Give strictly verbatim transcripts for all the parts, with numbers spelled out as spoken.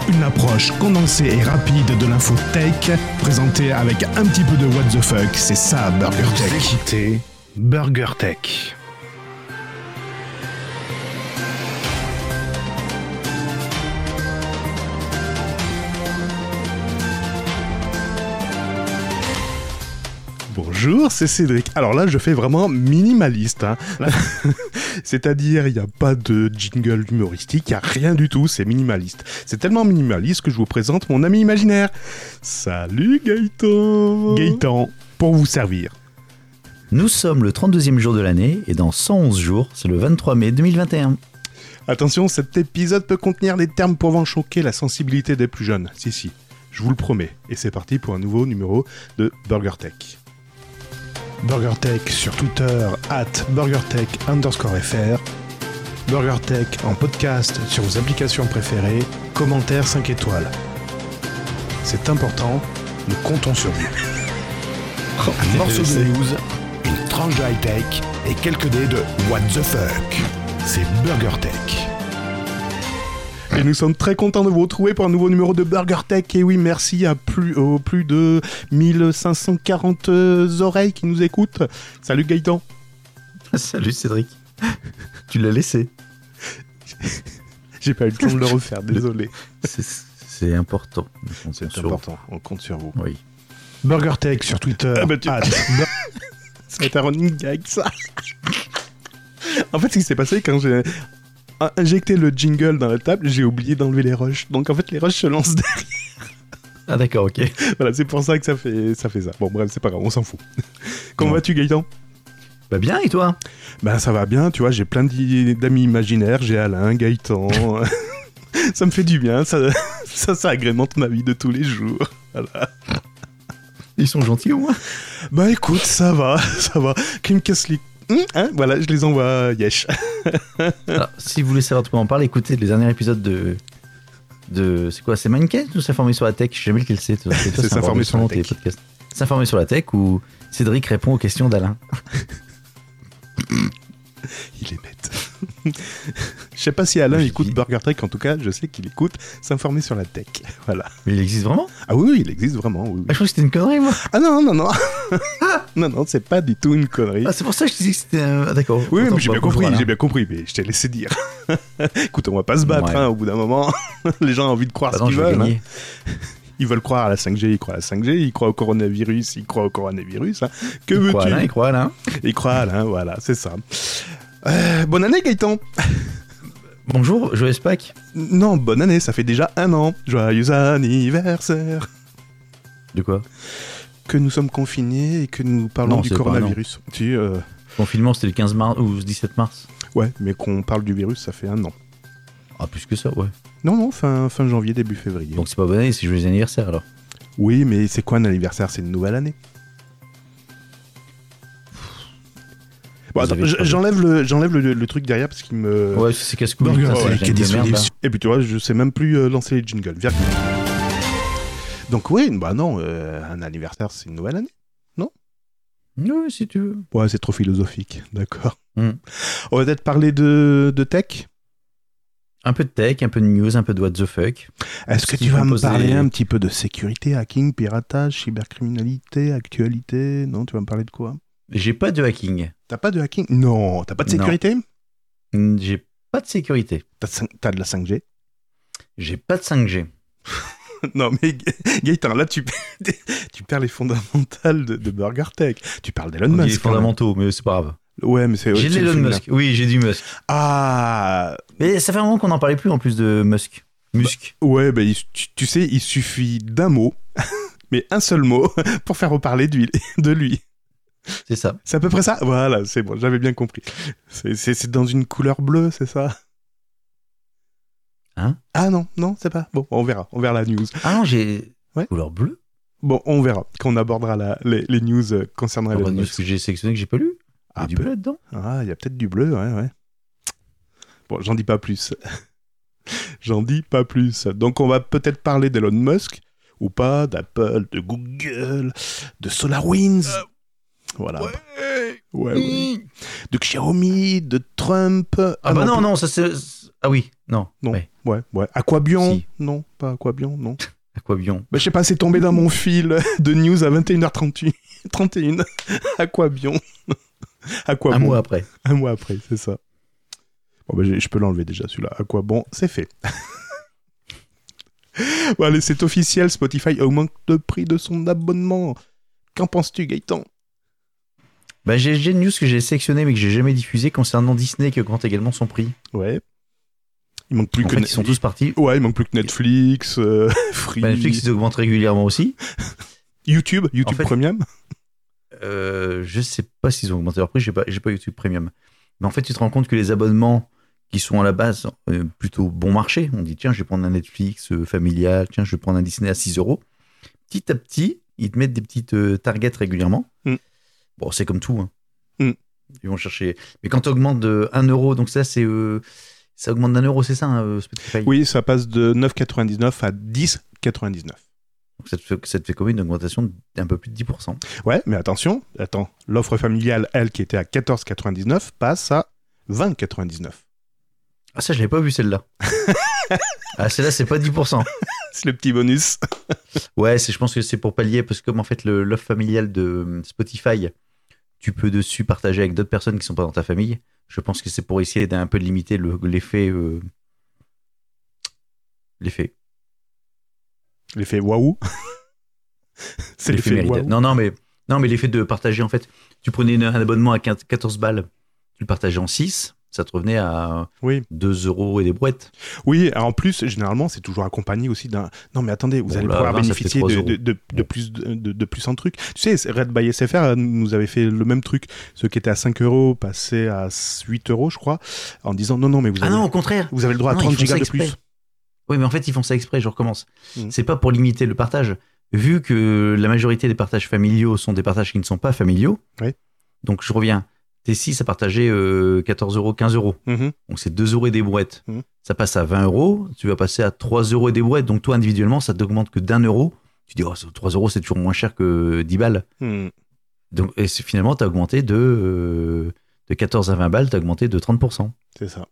Une approche condensée et rapide de l'info tech, présentée avec un petit peu de what the fuck, c'est ça Burger Tech. Vous écoutez Burger Tech. Bonjour, c'est Cédric. Alors là, je fais vraiment minimaliste. Hein. C'est-à-dire, il n'y a pas de jingle humoristique, il n'y a rien du tout, c'est minimaliste. C'est tellement minimaliste que je vous présente mon ami imaginaire. Salut Gaëtan. Gaëtan, pour vous servir. Nous sommes le trente-deuxième jour de l'année et dans cent onze jours, c'est le vingt-trois mai deux mille vingt et un. Attention, cet épisode peut contenir des termes pouvant choquer la sensibilité des plus jeunes. Si, si, je vous le promets. Et c'est parti pour un nouveau numéro de Burger Tech. BurgerTech sur Twitter, at BurgerTech underscore fr. BurgerTech en podcast sur vos applications préférées, commentaires cinq étoiles. C'est important, nous comptons sur vous. Un morceau de news, une tranche de high-tech et quelques dés de what the fuck. C'est BurgerTech. Et nous sommes très contents de vous retrouver pour un nouveau numéro de BurgerTech. Et oui, merci à plus, aux plus de mille cinq cent quarante oreilles qui nous écoutent. Salut Gaëtan. Salut Cédric. Tu l'as laissé. J'ai pas eu le temps de le refaire, désolé. C'est, c'est important. On c'est sur important, vous. On compte sur vous. Oui. BurgerTech sur Twitter. Ah bah tu... ah, bur... ça va être un running gag, ça. En fait, ce qui s'est passé quand j'ai injecté le jingle dans la table, j'ai oublié d'enlever les rushs. Donc en fait, les rushs se lancent derrière. Ah d'accord, ok. Voilà, c'est pour ça que ça fait ça. Fait ça. Bon bref, c'est pas grave, on s'en fout. Comment bon. vas-tu Gaëtan ? Bah bien, et toi ? Bah ça va bien, tu vois, j'ai plein d'amis imaginaires, j'ai Alain, Gaëtan. Ça me fait du bien, ça, ça, ça agrémente ma vie de tous les jours. Voilà. Ils sont gentils au moins ? Bah écoute, ça va, ça va. Qui me casse les... Hein, voilà, je les envoie, yesh. Alors, si vous voulez savoir de quoi on parle, écoutez les derniers épisodes de... de c'est quoi, c'est Mindcast ou S'informer sur la tech ? Je sais jamais lequel c'est. C'est, c'est, c'est S'informer sur la tech. S'informer sur la tech où Cédric répond aux questions d'Alain. Il est bête. Je sais pas si Alain écoute dit... Burger Tech, en tout cas, je sais qu'il écoute S'informer sur la tech. Voilà. Mais il existe vraiment ? Ah oui, oui, il existe vraiment. Oui, oui. Ah, je crois que c'était une connerie, moi. Ah non, non, non. non, non, c'est pas du tout une connerie. Ah, c'est pour ça que je te dis que c'était. Un... Ah, d'accord. Oui, Attends, mais j'ai bien compris, j'ai bien compris, mais je t'ai laissé dire. Écoute, on va pas se battre, ouais. hein, au bout d'un moment. Les gens ont envie de croire bah ce non, qu'ils veulent. Hein. Ils veulent croire à la cinq G, ils croient à la cinq G, ils croient au coronavirus, ils croient au coronavirus. Hein. Que ils veux-tu ? Croient à Alain, ils croient à Alain. Ils croient à Alain, voilà, c'est ça. Euh, bonne année Gaëtan. Bonjour, joyeux Pâques. Non, bonne année, ça fait déjà un an. Joyeux anniversaire. De quoi ? Que nous sommes confinés et que nous parlons non, du coronavirus. Tu, euh... Confinement, c'était le quinze mars ou le dix-sept mars. Ouais, mais qu'on parle du virus, ça fait un an. Ah, plus que ça, ouais. Non, non, fin, fin janvier, début février. Donc c'est pas bonne année, c'est joyeux anniversaire alors. Oui, mais c'est quoi un anniversaire ? C'est une nouvelle année. Bon, attends, j'enlève, le, j'enlève le, le truc derrière parce qu'il me... Ouais, c'est casse-couille. Burger, ça, ouais, c'est de merde, et puis tu vois, je sais même plus euh, lancer les jingles. Viens. Donc oui, bah non, euh, un anniversaire, c'est une nouvelle année, non ? Oui, si tu veux. Ouais, c'est trop philosophique, d'accord. Mm. On va peut-être parler de, de tech ? Un peu de tech, un peu de news, un peu de what the fuck. Est-ce que tu vas me parler un petit peu de sécurité, hacking, piratage, cybercriminalité, actualité ? Non, tu vas me parler de quoi ? J'ai pas de hacking. T'as pas de hacking ? Non. T'as pas de sécurité ? Non. J'ai pas de sécurité. T'as, t'as de la cinq G ? J'ai pas de cinq G. Non mais Gaëtan, là tu, tu perds les fondamentales de, de Burger Tech. Tu parles d'Elon Musk. Les fondamentaux, mais c'est pas grave. Ouais, mais c'est... J'ai de Elon Musk. Oui, j'ai du Musk. Ah. Mais ça fait un moment qu'on n'en parlait plus en plus de Musk. Musk. Bah, ouais, bah, il, tu, tu sais, il suffit d'un mot, mais un seul mot, pour faire reparler de lui. De lui. C'est ça. C'est à peu près ça ? Voilà, c'est bon, j'avais bien compris. C'est, c'est, c'est dans une couleur bleue, c'est ça ? Hein ? Ah non, non, c'est pas. Bon, on verra, on verra la news. Ah non, j'ai... Ouais. Couleur bleue ? Bon, on verra, quand on abordera la, les, les news concernant les news. news que j'ai sélectionnées que j'ai pas lues. Il y a ah, du peu... bleu là-dedans ? Ah, il y a peut-être du bleu, ouais, ouais. Bon, j'en dis pas plus. J'en dis pas plus. Donc on va peut-être parler d'Elon Musk, ou pas, d'Apple, de Google, de SolarWinds. Euh... Voilà. Ouais. Ouais, ouais. De Xiaomi, de Trump. Ah, ah bah non, non, ça c'est... Ah oui, non. Non. Ouais. ouais, ouais. Aquabion Si. Non, pas Aquabion, non. Aquabion. Bah, je sais pas, c'est tombé dans mon fil de news à vingt et une heures trente-huit, trente et une. Aquabion. Aquabon. Un mois après. Un mois après, c'est ça. Bon, bah, je peux l'enlever déjà, celui-là. Aquabon, c'est fait. Bon, allez, c'est officiel, Spotify augmente le prix de son abonnement. Qu'en penses-tu, Gaëtan? Bah, j'ai, j'ai une news que j'ai sélectionnée mais que j'ai jamais diffusée concernant Disney qui augmente également son prix. Ouais. Il manque plus En que... fait, ils sont tous partis. Ouais, il manque plus que Netflix, euh, Free... Bah, Netflix, ils augmentent régulièrement aussi. YouTube, YouTube En fait, Premium. Euh, je sais pas s'ils ont augmenté leur prix, j'ai pas, j'ai pas YouTube Premium. Mais en fait, tu te rends compte que les abonnements qui sont à la base euh, plutôt bon marché, on dit tiens, je vais prendre un Netflix euh, familial, tiens, je vais prendre un Disney à six euros. Petit à petit, ils te mettent des petites euh, targets régulièrement. Mm. Bon, c'est comme tout. Hein. Mm. Ils vont chercher. Mais quand tu augmentes de un euro, donc ça, c'est. Euh, ça augmente d'un euro, c'est ça, hein, Spotify? Oui, ça passe de neuf quatre-vingt-dix-neuf à dix quatre-vingt-dix-neuf. Donc ça te fait, ça te fait combien une augmentation d'un peu plus de dix pour cent? Ouais, mais attention, attends, l'offre familiale, elle, qui était à quatorze quatre-vingt-dix-neuf, passe à vingt quatre-vingt-dix-neuf. Ah, ça, je l'avais pas vu, celle-là. Ah, celle-là, c'est pas dix pour cent. C'est le petit bonus. Ouais, c'est, je pense que c'est pour pallier, parce que comme en fait, le, l'offre familiale de Spotify, tu peux dessus partager avec d'autres personnes qui sont pas dans ta famille. Je pense que c'est pour essayer d'un peu limiter le, l'effet... Euh, l'effet. L'effet waouh. C'est l'effet, l'effet waouh. Non, non, mais, non, mais l'effet de partager, en fait, tu prenais une, un abonnement à quatorze balles, tu le partageais en six, ça te revenait à Oui. deux euros et des brouettes. Oui, en plus, généralement, c'est toujours accompagné aussi d'un... Non, mais attendez, vous Bon, allez là, pouvoir vingt, ça bénéficier fait de, trois de, de, de plus, de, de, de plus en trucs. Tu sais, Red by S F R nous avait fait le même truc. Ceux qui étaient à cinq euros passaient à huit euros, je crois, en disant non, non, mais vous avez, Ah non, au contraire. vous avez le droit à Non, trente ils font ça gigas de exprès. plus. Oui, mais en fait, ils font ça exprès, je recommence. Mhm. C'est pas pour limiter le partage. Vu que la majorité des partages familiaux sont des partages qui ne sont pas familiaux, Oui. donc je reviens, t'es six à partager euh, quatorze euros, quinze euros. Mhm. Donc c'est deux euros et des brouettes. Mhm. Ça passe à vingt euros, tu vas passer à trois euros et des brouettes. Donc toi, individuellement, ça t'augmente que d'un euro. Tu dis, oh, trois euros, c'est toujours moins cher que dix balles. Mhm. Donc et c'est, finalement, tu as augmenté de, euh, de quatorze à vingt balles, tu as augmenté de trente pour cent. C'est ça.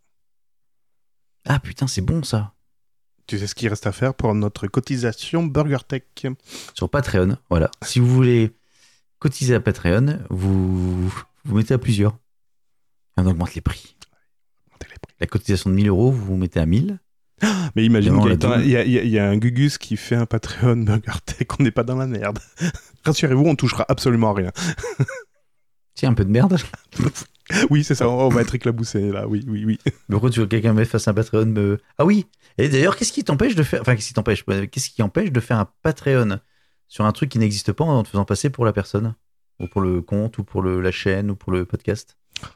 Ah putain, c'est bon ça. Tu sais ce qu'il reste à faire pour notre cotisation BurgerTech. Sur Patreon, voilà. Si vous voulez cotiser à Patreon, vous vous mettez à plusieurs. Et on augmente les prix. La cotisation de mille euros, vous vous mettez à mille. Mais imagine, Vraiment, Gaëtan, la il y, a- il y a- il y a un Gugus qui fait un Patreon BurgerTech, on n'est pas dans la merde. Rassurez-vous, on touchera absolument rien. Tiens, un peu de merde. Oui, c'est ça, on va être éclaboussé là, oui, oui, oui. Mais pourquoi tu veux que quelqu'un me fasse un Patreon me... Ah oui. Et d'ailleurs, qu'est-ce qui t'empêche de faire... Enfin, qu'est-ce qui t'empêche Qu'est-ce qui empêche de faire un Patreon sur un truc qui n'existe pas en te faisant passer pour la personne? Ou pour le compte, ou pour le, la chaîne, ou pour le podcast?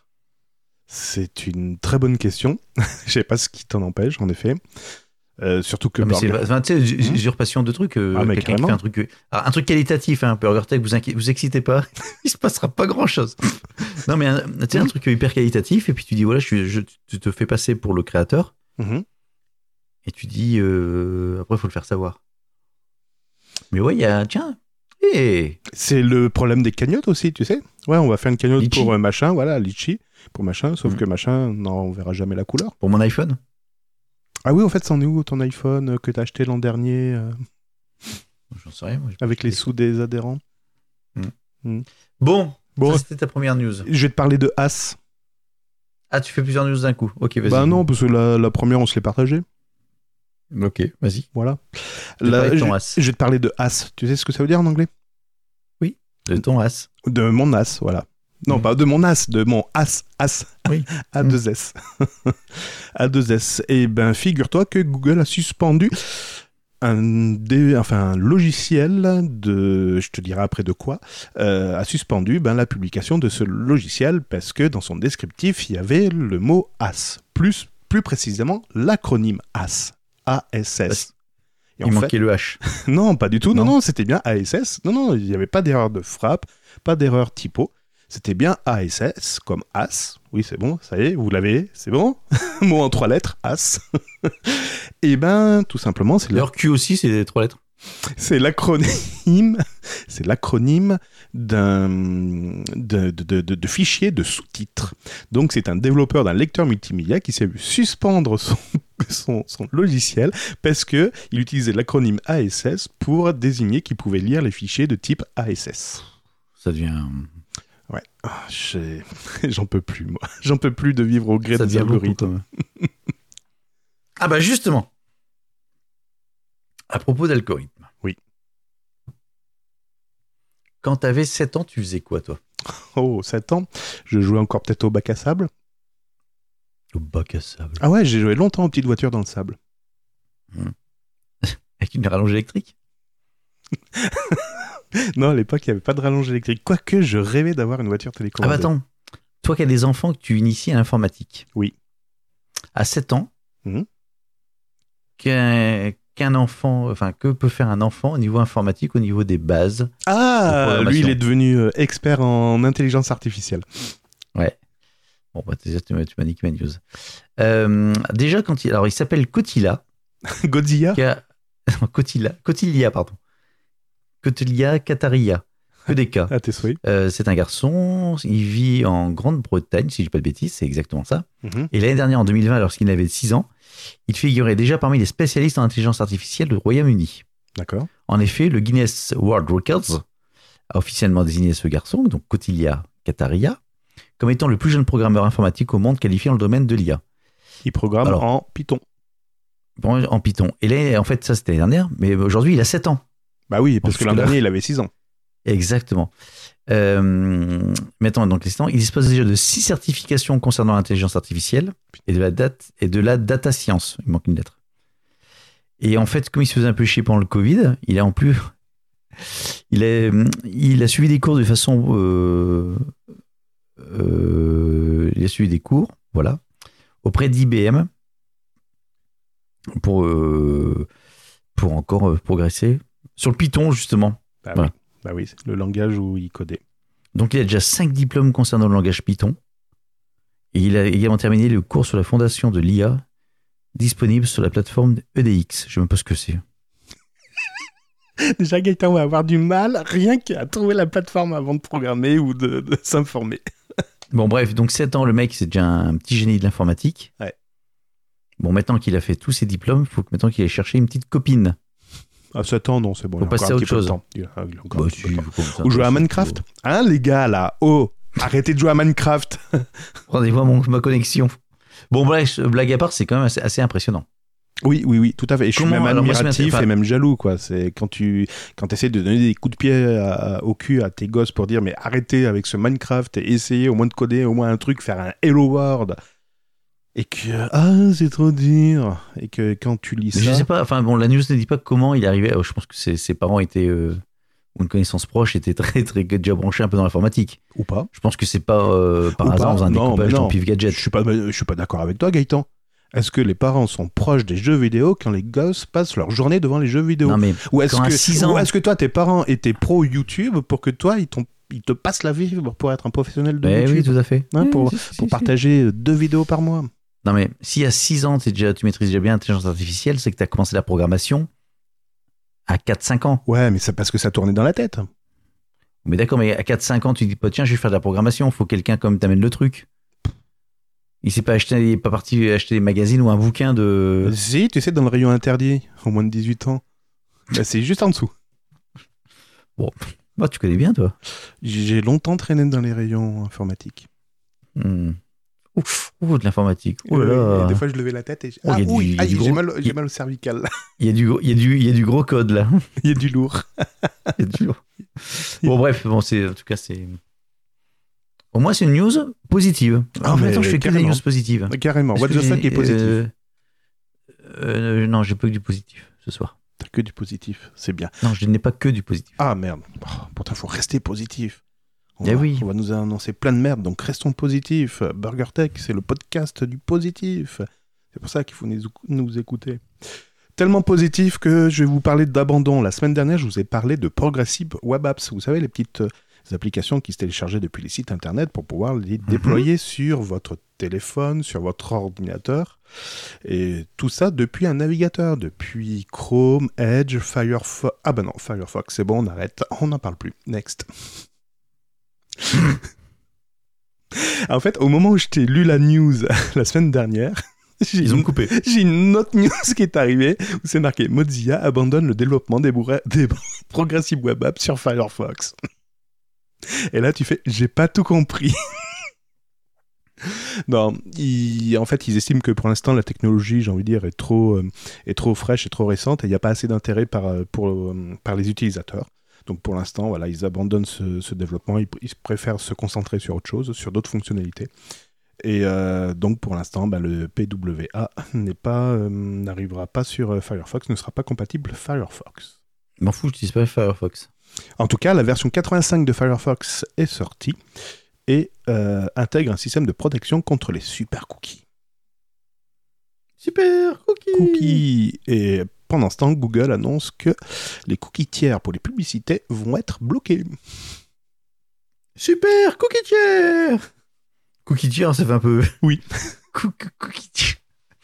C'est une très bonne question. Je sais pas ce qui t'en empêche, en effet. Euh, surtout que Non, mais c'est, Burger- enfin, tu sais, us- usurpation de trucs. euh, Ah, mais quelqu'un qui carrément. fait un truc, euh, alors, un truc qualitatif, hein, BurgerTech, vous, inqui- vous excitez pas, il se passera pas grand chose. Non, mais un, tu sais, un truc hyper qualitatif, et puis tu dis voilà, je, suis- je- tu te fais passer pour le créateur, Mhm. et tu dis euh, après, il faut le faire savoir. Mais ouais, il y a, tiens, hé, C'est le problème des cagnottes aussi, tu sais. Ouais, on va faire une cagnotte Litchi. pour euh, machin, voilà, Litchi, pour machin, sauf Mhm. que machin, non, on verra jamais la couleur. pour mon iPhone. Ah oui, en fait, c'en est où ton iPhone euh, que t'as acheté l'an dernier euh, J'en sais rien. Moi, j'ai- avec les sous des adhérents? Bon, Bon, ça, c'était ta première news. je vais te parler de As. Ah, tu fais plusieurs news d'un coup. Ok, vas-y. Bah non, parce que la, la première, on se l'est partagée. Ok, vas-y. Voilà. Je vais La- parler de ton je, as. je vais te parler de As. Tu sais ce que ça veut dire en anglais? De ton as. De mon As, voilà. Non, Mm. pas de mon As, de mon As, As. Oui. A deux S. A deux S. Et ben, figure-toi que Google a suspendu un, dé- enfin, un logiciel de, je te dirai après de quoi, euh, a suspendu ben, la publication de ce logiciel parce que dans son descriptif, il y avait le mot As. Plus, plus précisément, l'acronyme As. A S S. Et Il en fait- manquait le H. non, pas du tout. Non, Non. non, c'était bien A S S. Non, non, il n'y avait pas d'erreur de frappe, pas d'erreur typo. C'était bien A S S comme As. Oui, c'est bon, ça y est, vous l'avez, c'est bon. Mot en trois lettres, As. Et ben, tout simplement, c'est la- D'ailleurs, Q aussi, c'est trois lettres. c'est l'acronyme, c'est l'acronyme d'un de, de, de, de- de fichier de sous-titres. Donc, c'est un développeur d'un lecteur multimédia qui s'est vu suspendre son, son, son logiciel parce qu'il utilisait l'acronyme A S S pour désigner qu'il pouvait lire les fichiers de type A S S. Ça devient... Ouais, ah, j'ai... j'en peux plus, moi. J'en peux plus de vivre au gré Ça des devient algorithmes. Ah bah justement, à propos d'algorithmes. Oui. Quand t'avais sept ans, tu faisais quoi, toi? Oh, sept ans. Je jouais encore peut-être au bac à sable. Au bac à sable. Ah ouais, j'ai joué longtemps aux petites voitures dans le sable. Mmh. Avec une rallonge électrique? Non, à l'époque, il n'y avait pas de rallonge électrique. Quoique, je rêvais d'avoir une voiture Ah télécommandée. bah attends, toi qui as des enfants que tu inities à l'informatique. Oui. À sept ans, Mmh. qu'un, qu'un enfant, enfin, que peut faire un enfant au niveau informatique, au niveau des bases? Ah, de lui, il est devenu euh, expert en intelligence artificielle. Ouais. Bon, bah, déjà, tu m'as, tu m'as niqué ma news. Euh, déjà, quand il, alors, il s'appelle Kotila. Godzilla Qui a... non, Kotila, Kotilia, pardon. Kotilia Kataria. Que des cas. à tes souhaits. Euh, c'est un garçon, il vit en Grande-Bretagne, si je ne dis pas de bêtises, c'est exactement ça. Mhm. Et l'année dernière, en deux mille vingt, lorsqu'il avait six ans, il figurait déjà parmi les spécialistes en intelligence artificielle du Royaume-Uni. D'accord. En effet, le Guinness World Records a officiellement désigné ce garçon, donc Kotilia Kataria, comme étant le plus jeune programmeur informatique au monde qualifié dans le domaine de l'I A. Il programme Alors, en Python. Bon, en Python. Et là, en fait, ça c'était l'année dernière, mais aujourd'hui, il a sept ans. Bah oui, parce Parce que que l'an là- dernier, il avait six ans. Exactement. Euh, maintenant, donc, l'instant, il dispose déjà de six certifications concernant l'intelligence artificielle et de la date et de la data science. Il manque une lettre. Et en fait, comme il se faisait un peu chier pendant le Covid, il a en plus, il a, il a suivi des cours de façon, euh, euh, il a suivi des cours, voilà, auprès d'I B M pour euh, pour encore euh, progresser sur le Python justement. Bah, Voilà. oui. Bah oui, c'est le langage où il codait. Donc il a déjà cinq diplômes concernant le langage Python. Et il a également terminé le cours sur la fondation de l'I A disponible sur la plateforme E D X. Je ne sais même pas ce que c'est. Déjà, Gaëtan va avoir du mal rien qu'à trouver la plateforme avant de programmer ou de, de s'informer. Bon bref, donc sept ans, le mec c'est déjà un petit génie de l'informatique. Ouais. Bon, maintenant qu'il a fait tous ses diplômes, il faut que maintenant qu'il aille chercher une petite copine. À sept ans, non, c'est bon. Faut il a passer encore à un autre petit peu de chose. temps. Il a, il a encore Bah, un petit peu si, de temps. comme ça, Ou jouer à c'est Minecraft. tout. Hein, les gars, là. Oh, arrêtez de jouer à Minecraft. Rendez-vous à mon- ma connexion. Bon bref, blague à part, c'est quand même assez, assez impressionnant. Oui, oui, oui, tout à fait. Et je suis Comment- même alors moi, ça admiratif m'intéresse- et même jaloux, quoi. C'est quand tu quand essaies de donner des coups de pied à- à- au cul à tes gosses pour dire mais arrêtez avec ce Minecraft et essayez au moins de coder au moins un truc, faire un Hello World. Et que ah c'est trop dur. Et que quand tu lis Mais ça, je sais pas, enfin bon, la news ne dit pas comment il est arrivé. Je pense que ses, ses parents étaient, euh, ou une connaissance proche, était très, très déjà branché un peu dans l'informatique. ou pas. Je pense que c'est pas euh, par Ou hasard pas. dans un Non, découpage mais non. dans Pif Je Gadget. suis pas je suis pas d'accord avec toi, Gaëtan. Est-ce que les parents sont proches des jeux vidéo quand les gosses passent leur journée devant les jeux vidéo? Non mais Ou est-ce quand à que, six ans- ou est-ce que toi, tes parents étaient pro YouTube pour que toi, ils, t'ont- ils te passent la vie pour être un professionnel de ouais, YouTube oui, tout à fait. hein, Oui, pour, si, si, pour si. partager deux vidéos par mois? Non mais si à six ans t'es déjà, tu maîtrises déjà bien l'intelligence artificielle, c'est que tu as commencé la programmation à quatre cinq ans. Ouais, mais c'est parce que ça tournait dans la tête. Mais d'accord, mais à quatre cinq ans, tu dis pas tiens, je vais faire de la programmation, faut quelqu'un comme t'amène le truc. Il s'est pas acheté, il est pas parti acheter des magazines ou un bouquin de. Si, tu sais, dans le rayon interdit, au moins de dix-huit ans. Bah, c'est juste en dessous. Bah, tu connais bien toi. J'ai longtemps traîné dans les rayons informatiques. Hmm. Ouf, ouf, de l'informatique. Oh là Euh, là. et des fois, je levais la tête et je... Oh, ah il y a du- oui, il y a aïe, du j'ai gros- mal, au- il y j'ai a- mal au cervical. Il y a du gros, il y a du, il y a du gros code là. Il y a du lourd. Il y a du lourd. Bon bref, bon c'est en tout cas c'est. Au moins c'est une news positive. Ah, en fait, mais attends, je fais que des carrément. news positives. Carrément. What Parce the que fuck j'ai- est positif. euh, euh, non, j'ai pas que du positif ce soir. T'as que du positif, c'est bien. Non, je n'ai pas que du positif. Ah merde. Oh, pourtant, faut rester positif. On, Eh va, oui. on va nous annoncer plein de merde, donc restons positifs. Burger Tech, c'est le podcast du positif. C'est pour ça qu'il faut nous, nous écouter. Tellement positif que je vais vous parler d'abandon. La semaine dernière, je vous ai parlé de Progressive Web Apps. Vous savez, les petites euh, applications qui se téléchargeaient depuis les sites internet pour pouvoir les déployer sur votre téléphone, sur votre ordinateur. Et tout ça depuis un navigateur, depuis Chrome, Edge, Firefox. Ah ben non, Firefox, c'est bon, on arrête. On n'en parle plus. Next. En fait, au moment où je t'ai lu la news la semaine dernière, J'ai Ils ont une, coupé. j'ai une autre news qui est arrivée où c'est marqué Mozilla abandonne le développement des, bourra- des Progressive Web Apps sur Firefox. Et là, tu fais, j'ai pas tout compris. Non, ils- en fait, ils estiment que pour l'instant, la technologie, j'ai envie de dire, est trop, euh, est trop fraîche et trop récente et il n'y a pas assez d'intérêt par, euh, pour, euh, par les utilisateurs. Donc pour l'instant, voilà, ils abandonnent ce, ce développement, ils, ils préfèrent se concentrer sur autre chose, sur d'autres fonctionnalités. Et euh, donc pour l'instant, bah, le P W A n'est pas, euh, n'arrivera pas sur euh, Firefox, ne sera pas compatible Firefox. Je m'en fous, je dis pas Firefox. En tout cas, la version quatre-vingt-cinq de Firefox est sortie et euh, intègre un système de protection contre les super cookies. Super cookies. Cookies. Et pendant ce temps, Google annonce que les cookies tiers pour les publicités vont être bloqués. Super cookie tiers. Cookie tiers, ça fait un peu. Oui. Cook- cookie tiers.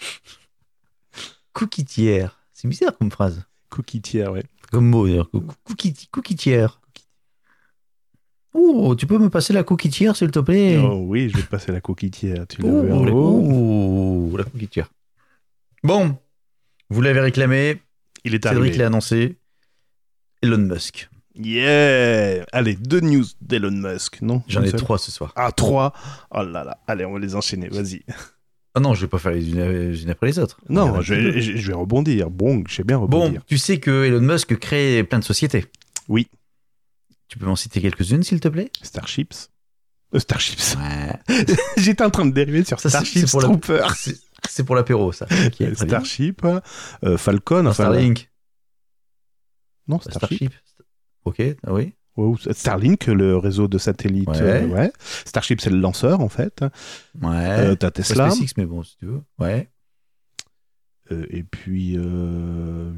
Cookie tiers. C'est bizarre comme phrase. Cookies tiers, ouais. Comme mot d'ailleurs. Cou- Cookie, cookie tiers. Oh, tu peux me passer la cookie tiers, s'il te plaît? Oh oui, je vais te passer la cookie tiers. Tu l'as Oh, vu en la- haut. oh, la cookie tiers. Bon, vous l'avez réclamé. Il est Cédric arrivé. l'a annoncé. Elon Musk. Yeah. Allez, deux news d'Elon Musk, non? J'en Une ai seule trois ce soir. Ah, trois. Oh là là. Allez, on va les enchaîner. Vas-y. Ah non, je vais pas faire les unes, les unes après les autres. On Non, verra je un petit vais, peu. je je vais rebondir. Bon, je sais bien Bon, rebondir. tu sais que Elon Musk crée plein de sociétés. Oui. Tu peux m'en citer quelques-unes, s'il te plaît? Starships. Euh, Starships. Ouais. J'étais en train de dériver sur Ça, c'est- Starships c'est pour la- Trooper. C'est c'est pour l'apéro, ça. Ok, très bien. Starship, euh, Falcon, Non, enfin... Starlink. Non, Starship. Starship. Ok, ah oui. Ouais, ou Starlink, le réseau de satellites. Ouais. euh, ouais. Starship, c'est le lanceur, en fait. Ouais. Euh, T'as Pas Tesla. SpaceX, mais bon, si tu veux. Ouais. Euh, et puis... euh,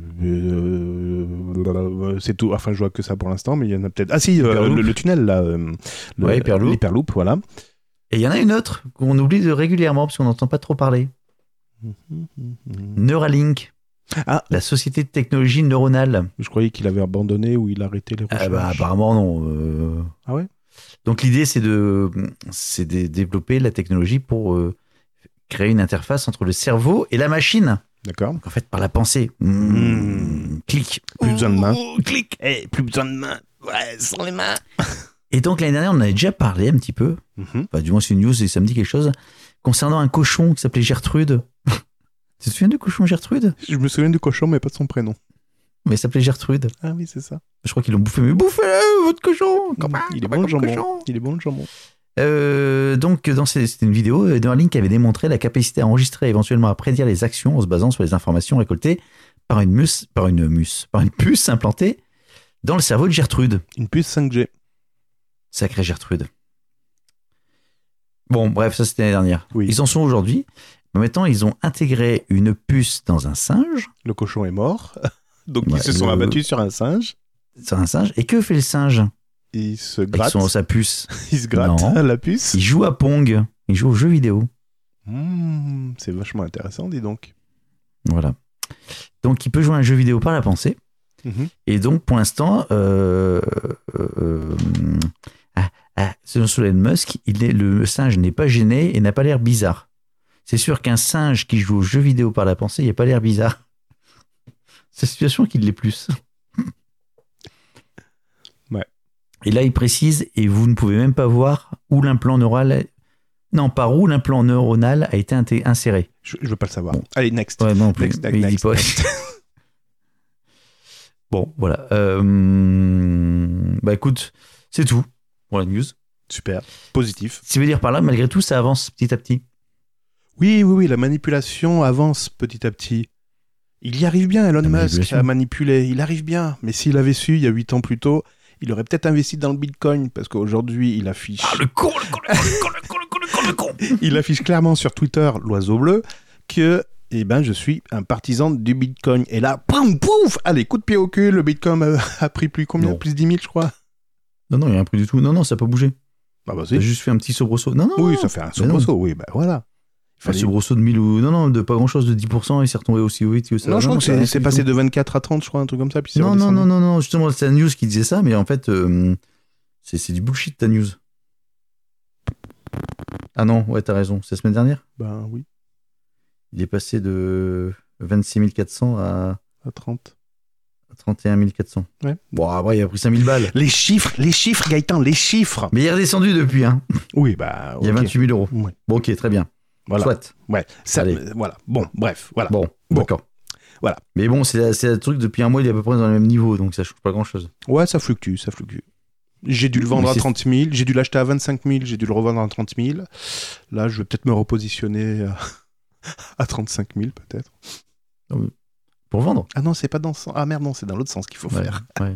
euh, c'est tout. Enfin, je vois que ça pour l'instant, mais il y en a peut-être... Ah si, euh, Hyperloop. le, le tunnel, là. euh, le- Ouais, Hyperloop. L'Hyperloop, voilà. Et il y en a une autre qu'on oublie de régulièrement parce qu'on n'entend pas trop parler. Neuralink. Ah. La société de technologie neuronale. Je croyais qu'il avait abandonné ou il a arrêté les recherches. Ah bah, apparemment, non. euh. Ah ouais. Donc l'idée, c'est de, c'est de développer la technologie pour euh, créer une interface entre le cerveau et la machine. D'accord. Donc, en fait, par la pensée. Mmh. Mmh. Clic. Plus besoin de mains. Oh, clic. Eh, plus besoin de mains. Ouais, sans les mains. Et donc l'année dernière, on en avait déjà parlé un petit peu. Mhm. Enfin, du moins, c'est une news et ça me dit quelque chose. Concernant un cochon qui s'appelait Gertrude. Tu te souviens du cochon Gertrude? Je me souviens du cochon, mais pas de son prénom. Mais il s'appelait Gertrude. Ah oui, c'est ça. Je crois qu'ils l'ont bouffé. Mais bouffez-le, votre cochon! Copain, Il est copain bon le comme jambon. cochon. Il est bon le jambon. Euh, donc, dans ces- c'était une vidéo, euh, Neuralink avait démontré la capacité à enregistrer et éventuellement à prédire les actions en se basant sur les informations récoltées par une mus, par une mus, par une puce implantée dans le cerveau de Gertrude. Une puce cinq G. Sacrée Gertrude. Bon, bref, ça c'était l'année dernière. Oui. Ils en sont aujourd'hui. Mais maintenant, ils ont intégré une puce dans un singe. Le cochon est mort. Donc Ouais, ils se sont le- abattus sur un singe. Sur un singe. Et que fait le singe Il se avec gratte. son, sa puce? Il se gratte Non. la puce. Il joue à Pong. Il joue aux jeux vidéo. Mmh, c'est vachement intéressant, dis donc. Voilà. Donc, il peut jouer à un jeu vidéo par la pensée. Mhm. Et donc, pour l'instant, euh, euh, ah, ah, selon Elon Musk, il est, le singe n'est pas gêné et n'a pas l'air bizarre. C'est sûr qu'un singe qui joue aux jeux vidéo par la pensée, il n'a pas l'air bizarre. C'est la situation qui l'est plus. Ouais. Et là, il précise, et vous ne pouvez même pas voir où l'implant neural... Non, par où l'implant neuronal a été inté- inséré. Je, je veux pas le savoir. Bon. Allez, next. Ouais, non plus. Next, Mais il dit next, pas. next. Bon, voilà. Euh, bah écoute, c'est tout pour la news. Super. Positif. Ce qui veut dire par là, malgré tout, ça avance petit à petit. Oui, oui, oui, la manipulation avance petit à petit. Il y arrive bien, Elon La Musk, manipulation. à manipuler. Il arrive bien. Mais s'il avait su, il y a huit ans plus tôt, il aurait peut-être investi dans le Bitcoin, parce qu'aujourd'hui, il affiche... Ah, le con, le con, le con, le con, le con, le con, le con, le con. il affiche clairement sur Twitter, l'oiseau bleu, que eh ben, je suis un partisan du Bitcoin. Et là, poum, pouf, allez, coup de pied au cul, le Bitcoin a, a pris plus combien? Non. Plus dix mille, je crois. Non, non, il n'y a rien pris du tout. Non, non, ça n'a pas bougé. Ah bah Ça a si. juste fait un petit soubresaut. Non, non. Oui, non. ça fait un Mais non. soubresaut, oui, bah voilà. Il Enfin, un fallait- soubresaut de mille ou. Non, non, de pas grand chose, de dix pour cent, il s'est retombé aussi vite que ça. Non, je crois que ça a c'est rien c'est fait du passé tout. de vingt-quatre à trente, je crois, un truc comme ça. Puis c'est Non, non, redescendu. non, non, non, justement, c'est la news qui disait ça, mais en fait, euh, c'est c'est du bullshit ta news. Ah non, ouais, t'as raison, c'est la semaine dernière. Ben oui. Il est passé de vingt-six mille quatre cents à À trente. trente et un mille quatre cents. Ouais. Bon, après, il a pris cinq mille balles. Les chiffres, les chiffres, Gaëtan, les chiffres. Mais il est redescendu depuis, hein. Oui, bah. Il y a ok. vingt-huit mille euros. Ouais. Bon, ok, très bien. Voilà. Soit. Ouais. Ça, Allez. euh, voilà. Bon, bref, voilà. Bon, Bon. d'accord. Voilà. Mais bon, c'est c'est un truc, depuis un mois, il est à peu près dans le même niveau, donc ça change pas grand-chose. Ouais, ça fluctue, ça fluctue. J'ai dû le vendre Mais à c'est- trente mille, j'ai dû l'acheter à vingt-cinq mille, j'ai dû le revendre à trente mille. Là, je vais peut-être me repositionner à, à trente-cinq mille, peut-être. Pour vendre. Ah non, c'est pas dans ce sens. Ah merde, non, c'est dans l'autre sens qu'il faut Ouais, faire. ouais.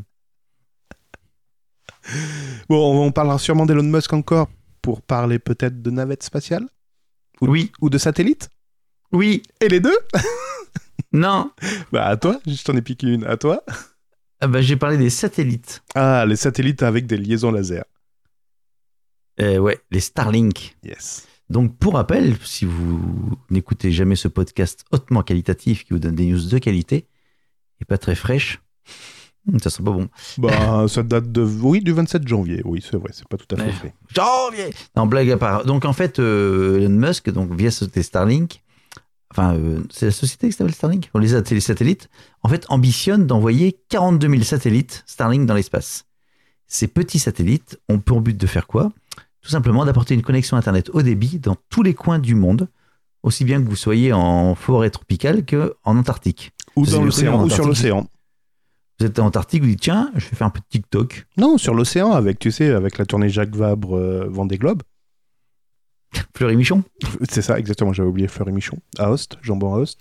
Bon, on parlera sûrement d'Elon Musk encore pour parler peut-être de navettes spatiales ou, Oui, ou de satellites. oui, Et les deux? non. Bah, à toi, je t'en ai piqué une. À toi? Ah bah, j'ai parlé des satellites. Ah, les satellites avec des liaisons laser. Euh, ouais, les Starlink. Yes. Donc, pour rappel, si vous n'écoutez jamais ce podcast hautement qualitatif qui vous donne des news de qualité et pas très fraîches, hum, ça sent pas bon. Bah, ça date de. Oui, du vingt-sept janvier. Oui, c'est vrai, c'est pas tout à fait Ouais. fait. Janvier. Non, blague à part. Donc, en fait, euh, Elon Musk, donc, via la société Starlink, enfin, euh, c'est la société qui s'appelle Starlink, les, sat- les satellites, en fait, ambitionne d'envoyer quarante-deux mille satellites Starlink dans l'espace. Ces petits satellites ont pour but de faire quoi? Tout simplement d'apporter une connexion Internet haut débit dans tous les coins du monde, aussi bien que vous soyez en forêt tropicale qu'en Antarctique. Ou Vous dans avez l'océan, connu en ou sur Antarctique. l'océan. Vous êtes en Antarctique, vous dites tiens, je vais faire un peu de TikTok. Non, sur l'océan, avec, tu sais, avec la tournée Jacques Vabre euh, Vendée Globe. Fleury Michon. C'est ça, exactement, j'avais oublié Fleury Michon. À Host, jambon à Host.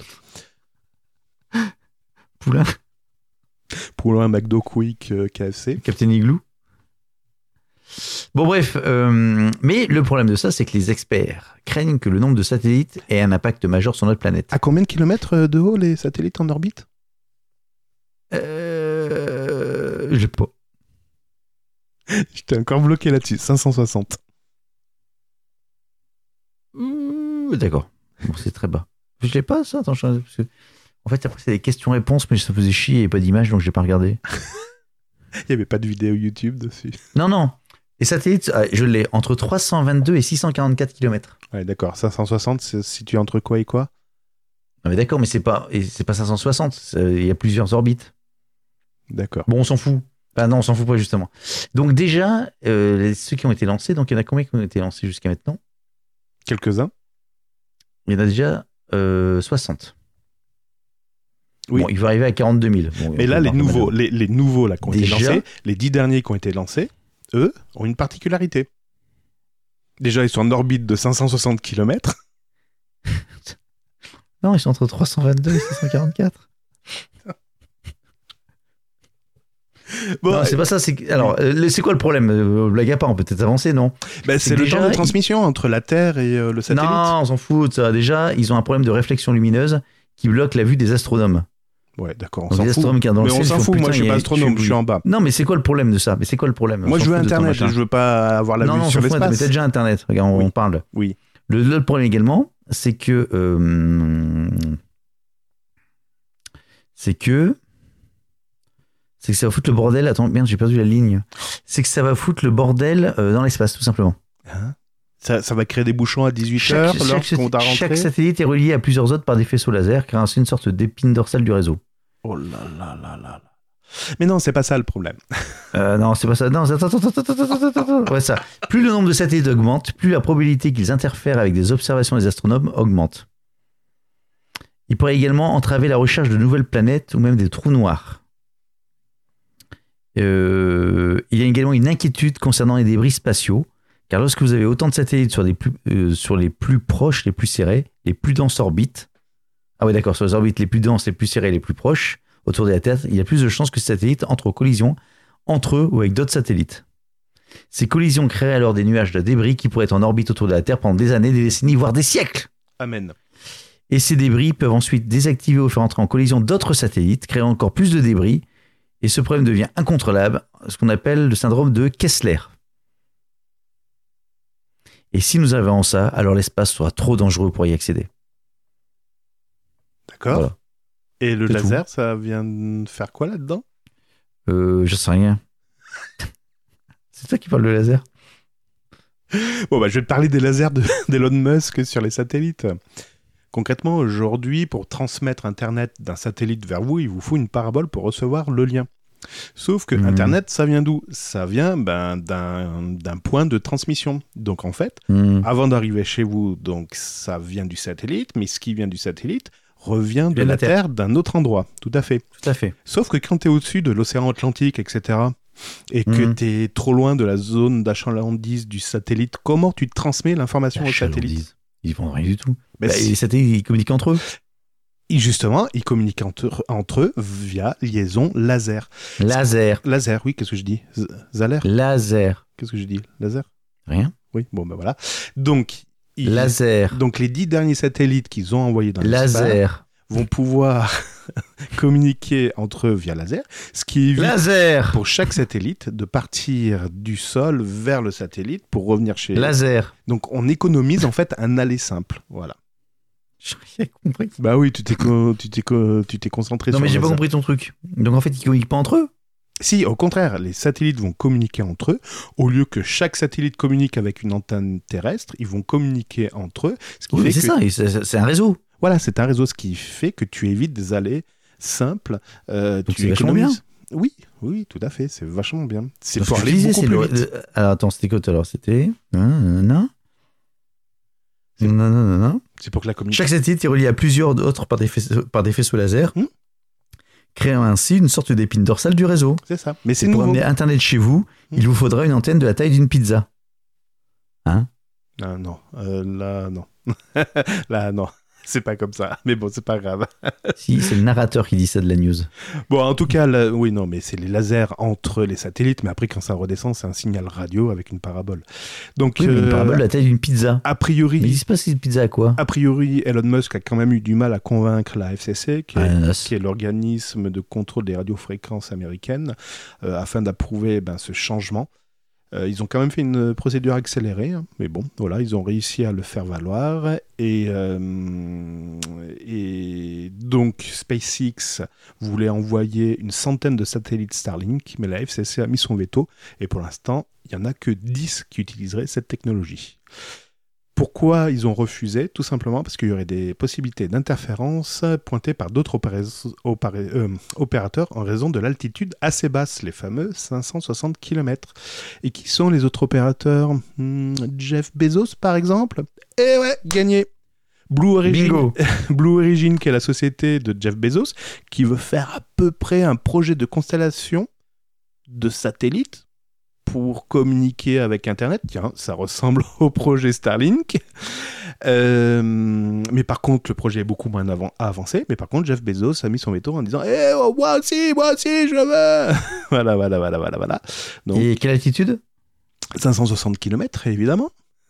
Poulain. Poulain, McDo, Quick, euh, K F C. Captain Igloo. Bon bref, euh, mais le problème de ça, c'est que les experts craignent que le nombre de satellites ait un impact majeur sur notre planète. À combien de kilomètres de haut les satellites en orbite? Euh, je sais pas. J'étais encore bloqué là-dessus, cinq cent soixante. Ouh, d'accord. Bon, c'est très bas. Je l'ai pas ça. Attends, je... parce que... En fait, après c'est des questions-réponses, mais ça faisait chier et pas d'image, donc j'ai pas regardé. Il n'y avait pas de vidéo YouTube dessus. Non, non. Les satellites, ah, je l'ai entre trois cent vingt-deux et six cent quarante-quatre kilomètres. Ouais, d'accord, cinq cent soixante, c'est situé entre quoi et quoi? Non, mais d'accord, mais c'est pas, et c'est pas cinq cent soixante. c'est- Il y a plusieurs orbites. D'accord. Bon, on s'en fout. Enfin, non, on s'en fout pas, justement. Donc, déjà, euh, les- ceux qui ont été lancés, donc il y en a combien qui ont été lancés jusqu'à maintenant? Quelques-uns? Il y en a déjà euh, soixante. Oui. Bon, il va arriver à quarante-deux mille. Bon, Mais on là, peut les voir nouveaux, mal. les, les nouveaux là, qui ont été Déjà lancés, les dix derniers qui ont été lancés, eux, ont une particularité. Déjà, ils sont en orbite de cinq cent soixante kilomètres. Non, ils sont entre trois cent vingt-deux et six cent quarante-quatre. Bon, non, c'est pas ça. C'est... Alors, euh, c'est quoi le problème? euh, Blague à part, on peut peut-être avancer, non? bah, c'est le déjà, temps de il- transmission entre la Terre et euh, le satellite. Non, on s'en fout de ça. Déjà, ils ont un problème de réflexion lumineuse qui bloque la vue des astronomes. Ouais, d'accord, on Donc, s'en les fout. astronomes qui sont dans Mais le on ciel, s'en ils font, fout, moi putain, je suis il y pas a- astronome, je je suis en bas. Non, mais c'est quoi le problème de ça? Mais c'est quoi le problème? Moi On je s'en veux fout de ton Internet, machin. je veux pas avoir la non, vue non, on sur s'en fout, mais l'espace. t'as déjà Internet. Regarde, on Oui. parle. Oui. Le, le problème également, c'est que. euh, c'est que. C'est que ça va foutre le bordel. Attends, merde, j'ai perdu la ligne. C'est que ça va foutre le bordel euh, dans l'espace, tout simplement. Hein ça, ça va créer des bouchons à dix-huit heures Chaque, chaque, lorsqu'on va chaque rentrer. satellite est relié à plusieurs autres par des faisceaux laser, car c'est une sorte d'épine dorsale du réseau. Oh là là là là là. Mais non, c'est pas ça le problème. Euh, non, c'est pas ça. Non, attends, attends, attends, attends, attends, attends, attends. Ouais, ça. Plus le nombre de satellites augmente, plus la probabilité qu'ils interfèrent avec des observations des astronomes augmente. Il pourrait également entraver la recherche de nouvelles planètes ou même des trous noirs. Euh, il y a également une inquiétude concernant les débris spatiaux, car lorsque vous avez autant de satellites sur, des plus, euh, sur les plus proches, les plus serrés, les plus denses orbites, ah ouais d'accord, sur les orbites les plus denses, les plus serrées, les plus proches, autour de la Terre, il y a plus de chances que ces satellites entrent en collision entre eux ou avec d'autres satellites. Ces collisions créeraient alors des nuages de débris qui pourraient être en orbite autour de la Terre pendant des années, des décennies, voire des siècles. Amen. Et ces débris peuvent ensuite désactiver ou faire entrer en collision d'autres satellites, créant encore plus de débris. Et ce problème devient incontrôlable, ce qu'on appelle le syndrome de Kessler. Et si nous arrivons à ça, alors l'espace sera trop dangereux pour y accéder. D'accord. Voilà. Et le C'est laser, ça vient de faire quoi là-dedans? Euh, je sais rien. C'est toi qui parles de laser? Bon, bah, je vais te parler des lasers de- d'Elon Musk sur les satellites. Concrètement, aujourd'hui, pour transmettre Internet d'un satellite vers vous, il vous faut une parabole pour recevoir le lien. Sauf que mmh. Internet, ça vient d'où ? Ça vient ben, d'un, d'un point de transmission. Donc en fait, mmh. avant d'arriver chez vous, donc ça vient du satellite, mais ce qui vient du satellite revient de la Terre. Terre d'un autre endroit. Tout à fait. Tout à fait. Sauf que quand tu es au-dessus de l'océan Atlantique, et cetera, et que mmh. tu es trop loin de la zone d'achalandise du satellite, comment tu transmets l'information au satellite ? Ils font rien du tout. Ben bah, si. Les satellites, ils communiquent entre eux. Et justement, ils communiquent entre, entre eux via liaison laser. Laser. Laser, oui, qu'est-ce que je dis ? Z- Zaler ? Laser. Qu'est-ce que je dis ? Laser ? Rien. Oui, bon, ben voilà. Donc, ils, laser. Donc, les dix derniers satellites qu'ils ont envoyés dans l'espace laser. vont pouvoir communiquer entre eux via laser, ce qui évite laser. pour chaque satellite de partir du sol vers le satellite pour revenir chez laser. Donc, on économise en fait un aller simple. Voilà. J'ai compris. Bah oui, tu t'es, co- tu t'es, co- tu t'es concentré non, sur mais j'ai pas ça. compris ton truc. Donc en fait, ils communiquent pas entre eux ? Si, au contraire, les satellites vont communiquer entre eux. Au lieu que chaque satellite communique avec une antenne terrestre, ils vont communiquer entre eux. Ce qui oui, fait c'est que... ça, c'est, c'est un réseau. Voilà, c'est un réseau, ce qui fait que tu évites des allées simples. Euh, Donc tu c'est vachement économises. bien. Oui, oui, tout à fait, c'est vachement bien. C'est Donc, pour ce que aller je disais, beaucoup c'est plus le- vite. le- Alors attends, c'était quoi tout à l'heure ? C'était... Non, non, non. C'est- Non, non, non, non. C'est pour que la communication... Chaque satellite est relié à plusieurs autres par des faisceaux, par des faisceaux laser, Hmm. créant ainsi une sorte d'épine dorsale du réseau. C'est ça, mais c'est Et pour nouveau. amener Internet chez vous, Hmm. il vous faudra une antenne de la taille d'une pizza. Hein ? Ah, non, euh, là, non. Là, non. C'est pas comme ça, mais bon, c'est pas grave. Si, c'est le narrateur qui dit ça de la news. Bon, en tout cas, là, oui, non, mais c'est les lasers entre les satellites, mais après, quand ça redescend, c'est un signal radio avec une parabole. Donc, Oui, mais une euh, parabole de la taille d'une pizza. a priori, Mais ils disent pas si c'est une pizza à quoi ? a priori, Elon Musk a quand même eu du mal à convaincre la F C C, qui est, Ananas. qui est l'organisme de contrôle des radiofréquences américaines, euh, afin d'approuver ben, ce changement. Euh, ils ont quand même fait une procédure accélérée, hein, mais bon, voilà, ils ont réussi à le faire valoir. Et, euh, et donc, SpaceX voulait envoyer une centaine de satellites Starlink, mais la F C C a mis son veto. Et pour l'instant, il n'y en a que dix qui utiliseraient cette technologie. Pourquoi ils ont refusé ? Tout simplement parce qu'il y aurait des possibilités d'interférence pointées par d'autres opéra- opéra- euh, opérateurs en raison de l'altitude assez basse, les fameux cinq cent soixante kilomètres. Et qui sont les autres opérateurs ? Hmm, Jeff Bezos, par exemple ? Eh ouais, gagné ! Blue Origin, Bingo. Blue Origin, qui est la société de Jeff Bezos, qui veut faire à peu près un projet de constellation de satellites pour communiquer avec Internet. Tiens, ça ressemble au projet Starlink. Euh, mais par contre, le projet est beaucoup moins avant- avancé. Mais par contre, Jeff Bezos a mis son veto en disant « Eh, oh, moi aussi, moi aussi, je veux !» Voilà, voilà, voilà, voilà, voilà. Donc, Et quelle altitude ? cinq cent soixante kilomètres, évidemment.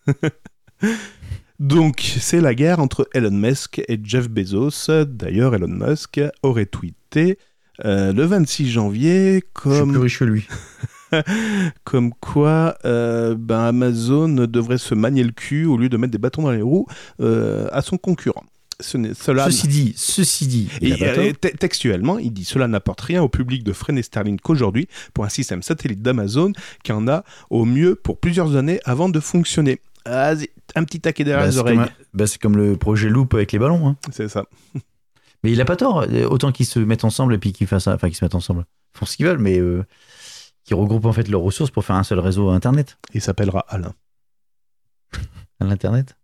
Donc, c'est la guerre entre Elon Musk et Jeff Bezos. D'ailleurs, Elon Musk aurait tweeté euh, le vingt-six janvier Je suis comme... plus riche que lui. comme quoi euh, ben Amazon devrait se manier le cul au lieu de mettre des bâtons dans les roues euh, à son concurrent. Ce n'est, cela Ceci dit, ceci dit, il a et, pas tort. euh, te- textuellement, il dit « Cela n'apporte rien au public de freiner Starlink qu'aujourd'hui pour un système satellite d'Amazon qui en a au mieux pour plusieurs années avant de fonctionner. » Vas-y, un petit taquet derrière Bah, les c'est, oreilles. comme un- bah, c'est comme le projet Loop avec les ballons. Hein. C'est ça. Mais il a pas tort. Autant qu'ils se mettent ensemble et puis qu'ils fassent, enfin qu'ils se mettent ensemble, ils font ce qu'ils veulent, mais euh, qu'ils regroupent en fait leurs ressources pour faire un seul réseau Internet. Il s'appellera Alain. À l'Internet.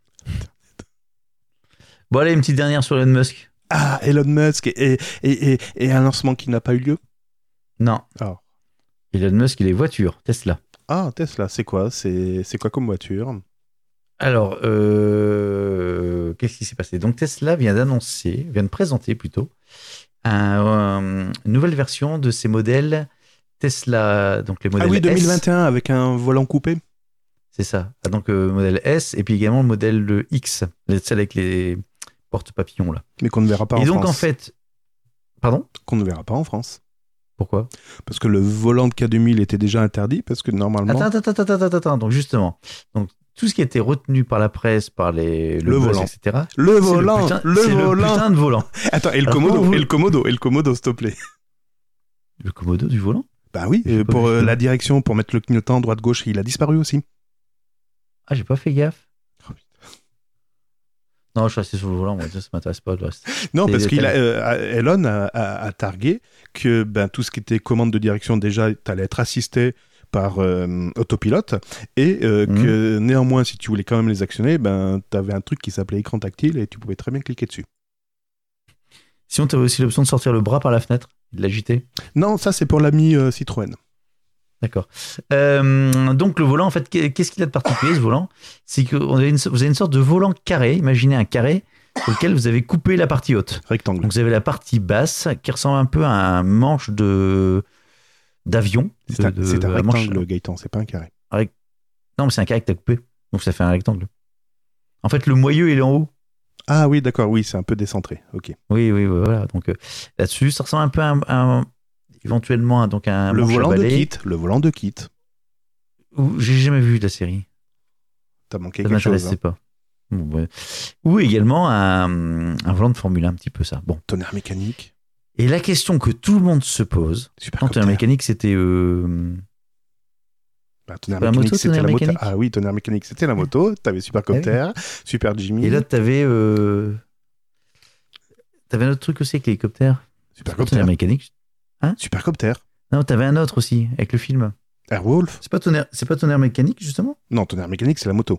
Bon allez, une petite dernière sur Elon Musk. Ah, Elon Musk et, et, et, et un lancement qui n'a pas eu lieu. Non. Oh. Elon Musk, il est voiture, Tesla. Ah, Tesla, c'est quoi c'est, c'est quoi comme voiture ? Alors, euh, qu'est-ce qui s'est passé ? Donc Tesla vient d'annoncer, vient de présenter plutôt, un, euh, une nouvelle version de ses modèles Tesla, donc les modèles Ah oui, S. deux mille vingt et un avec un volant coupé. C'est ça. Ah, donc le modèle S et puis également le modèle X, celle avec les portes papillons là. Mais qu'on ne verra pas et en donc France. en fait, pardon ? Qu'on ne verra pas en France. Pourquoi ? Parce que le volant de K deux mille était déjà interdit, parce que normalement... Attends, attends, attends, attends, attends. Donc justement, donc tout ce qui a été retenu par la presse, par les le, Le buzz, volant. et cetera. Le c'est volant, le putain, le c'est volant. le putain de volant. Attends, et le Alors, Komodo, comment vous- et le Komodo, et le Komodo, s'il te plaît. Le Komodo du volant ? Bah oui, J'ai euh, pas pour vu euh, ça. la direction, pour mettre le clignotant droite-gauche, il a disparu aussi. Ah, j'ai pas fait gaffe. Non, je suis assis sur le volant, moi, ça m'intéresse pas le reste. Non, C'est parce des qu'il a, détails. euh, Elon a, a- a targué que ben, tout ce qui était commande de direction, déjà, tu allais être assisté par euh, autopilote, et euh, Mhm. que néanmoins, si tu voulais quand même les actionner, ben, tu avais un truc qui s'appelait écran tactile et tu pouvais très bien cliquer dessus. Sinon, tu avais aussi l'option de sortir le bras par la fenêtre, et de l'agiter. Non, ça c'est pour l'ami euh, Citroën. D'accord. Euh, donc le volant, en fait, qu'est-ce qu'il a de particulier ce volant? C'est que on a une, vous avez une sorte de volant carré. Imaginez un carré sur lequel vous avez coupé la partie haute. Rectangle. Donc vous avez la partie basse qui ressemble un peu à un manche de d'avion. C'est un, de- c'est un de- manche- rectangle, Gaëtan, c'est pas un carré. Non, mais c'est un carré que t'as coupé. Donc ça fait un rectangle. En fait, le moyeu il est en haut. Ah oui, d'accord, oui, c'est un peu décentré. Ok. Oui, oui, oui, voilà. Donc euh, là-dessus, ça ressemble un peu à un, à un- éventuellement à- donc à un Le manche à volant de balai. kit, le volant de kit. Ou- J'ai jamais vu la série. T'as manqué Ça quelque chose. m'intéressait Hein. pas. Bon, ouais. Ou également un, un volant de Formule un, un petit peu ça. Bon. Tonnerre mécanique. Et la question que tout le monde se pose, quand Supercopter. la mécanique c'était euh, Bah, tonnerre pas la mécanique, moto, c'était tonnerre la moto. mécanique Ah oui, tonnerre mécanique, c'était la moto. T'avais Supercopter, Super Jimmy, et là t'avais euh, t'avais un autre truc aussi avec l'hélicoptère. Supercopter. Tonnerre mécanique. Supercopter. Non, t'avais un autre aussi avec le film. Airwolf. C'est pas tonnerre, c'est pas tonnerre mécanique justement. Non, tonnerre mécanique, c'est la moto.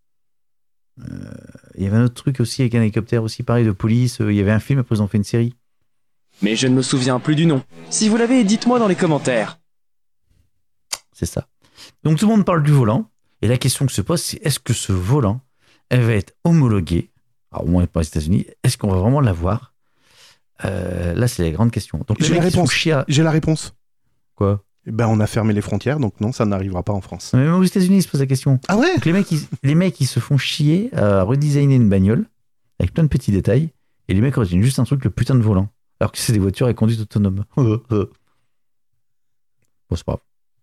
Il y avait un autre truc aussi avec un hélicoptère aussi pareil de police. Il y avait un film après ils ont fait une série. Mais je ne me souviens plus du nom. Si vous l'avez, dites-moi dans les commentaires. C'est ça. Donc tout le monde parle du volant. Et la question que se pose, c'est est-ce que ce volant, elle va être homologué, alors au moins pas aux États-Unis, est-ce qu'on va vraiment l'avoir euh, Là, c'est la grande question. Donc les J'ai la mecs qui se font réponse. chier à- J'ai la réponse. Quoi Ben, on a fermé les frontières, donc non, ça n'arrivera pas en France. Même aux États-Unis, ils se posent la question. Ah ouais. Donc les mecs, ils, les mecs, ils se font chier à redesigner une bagnole avec plein de petits détails. Et les mecs retiennent juste un truc, le putain de volant. Alors que c'est des voitures à conduite autonome. Bon, c'est pas grave.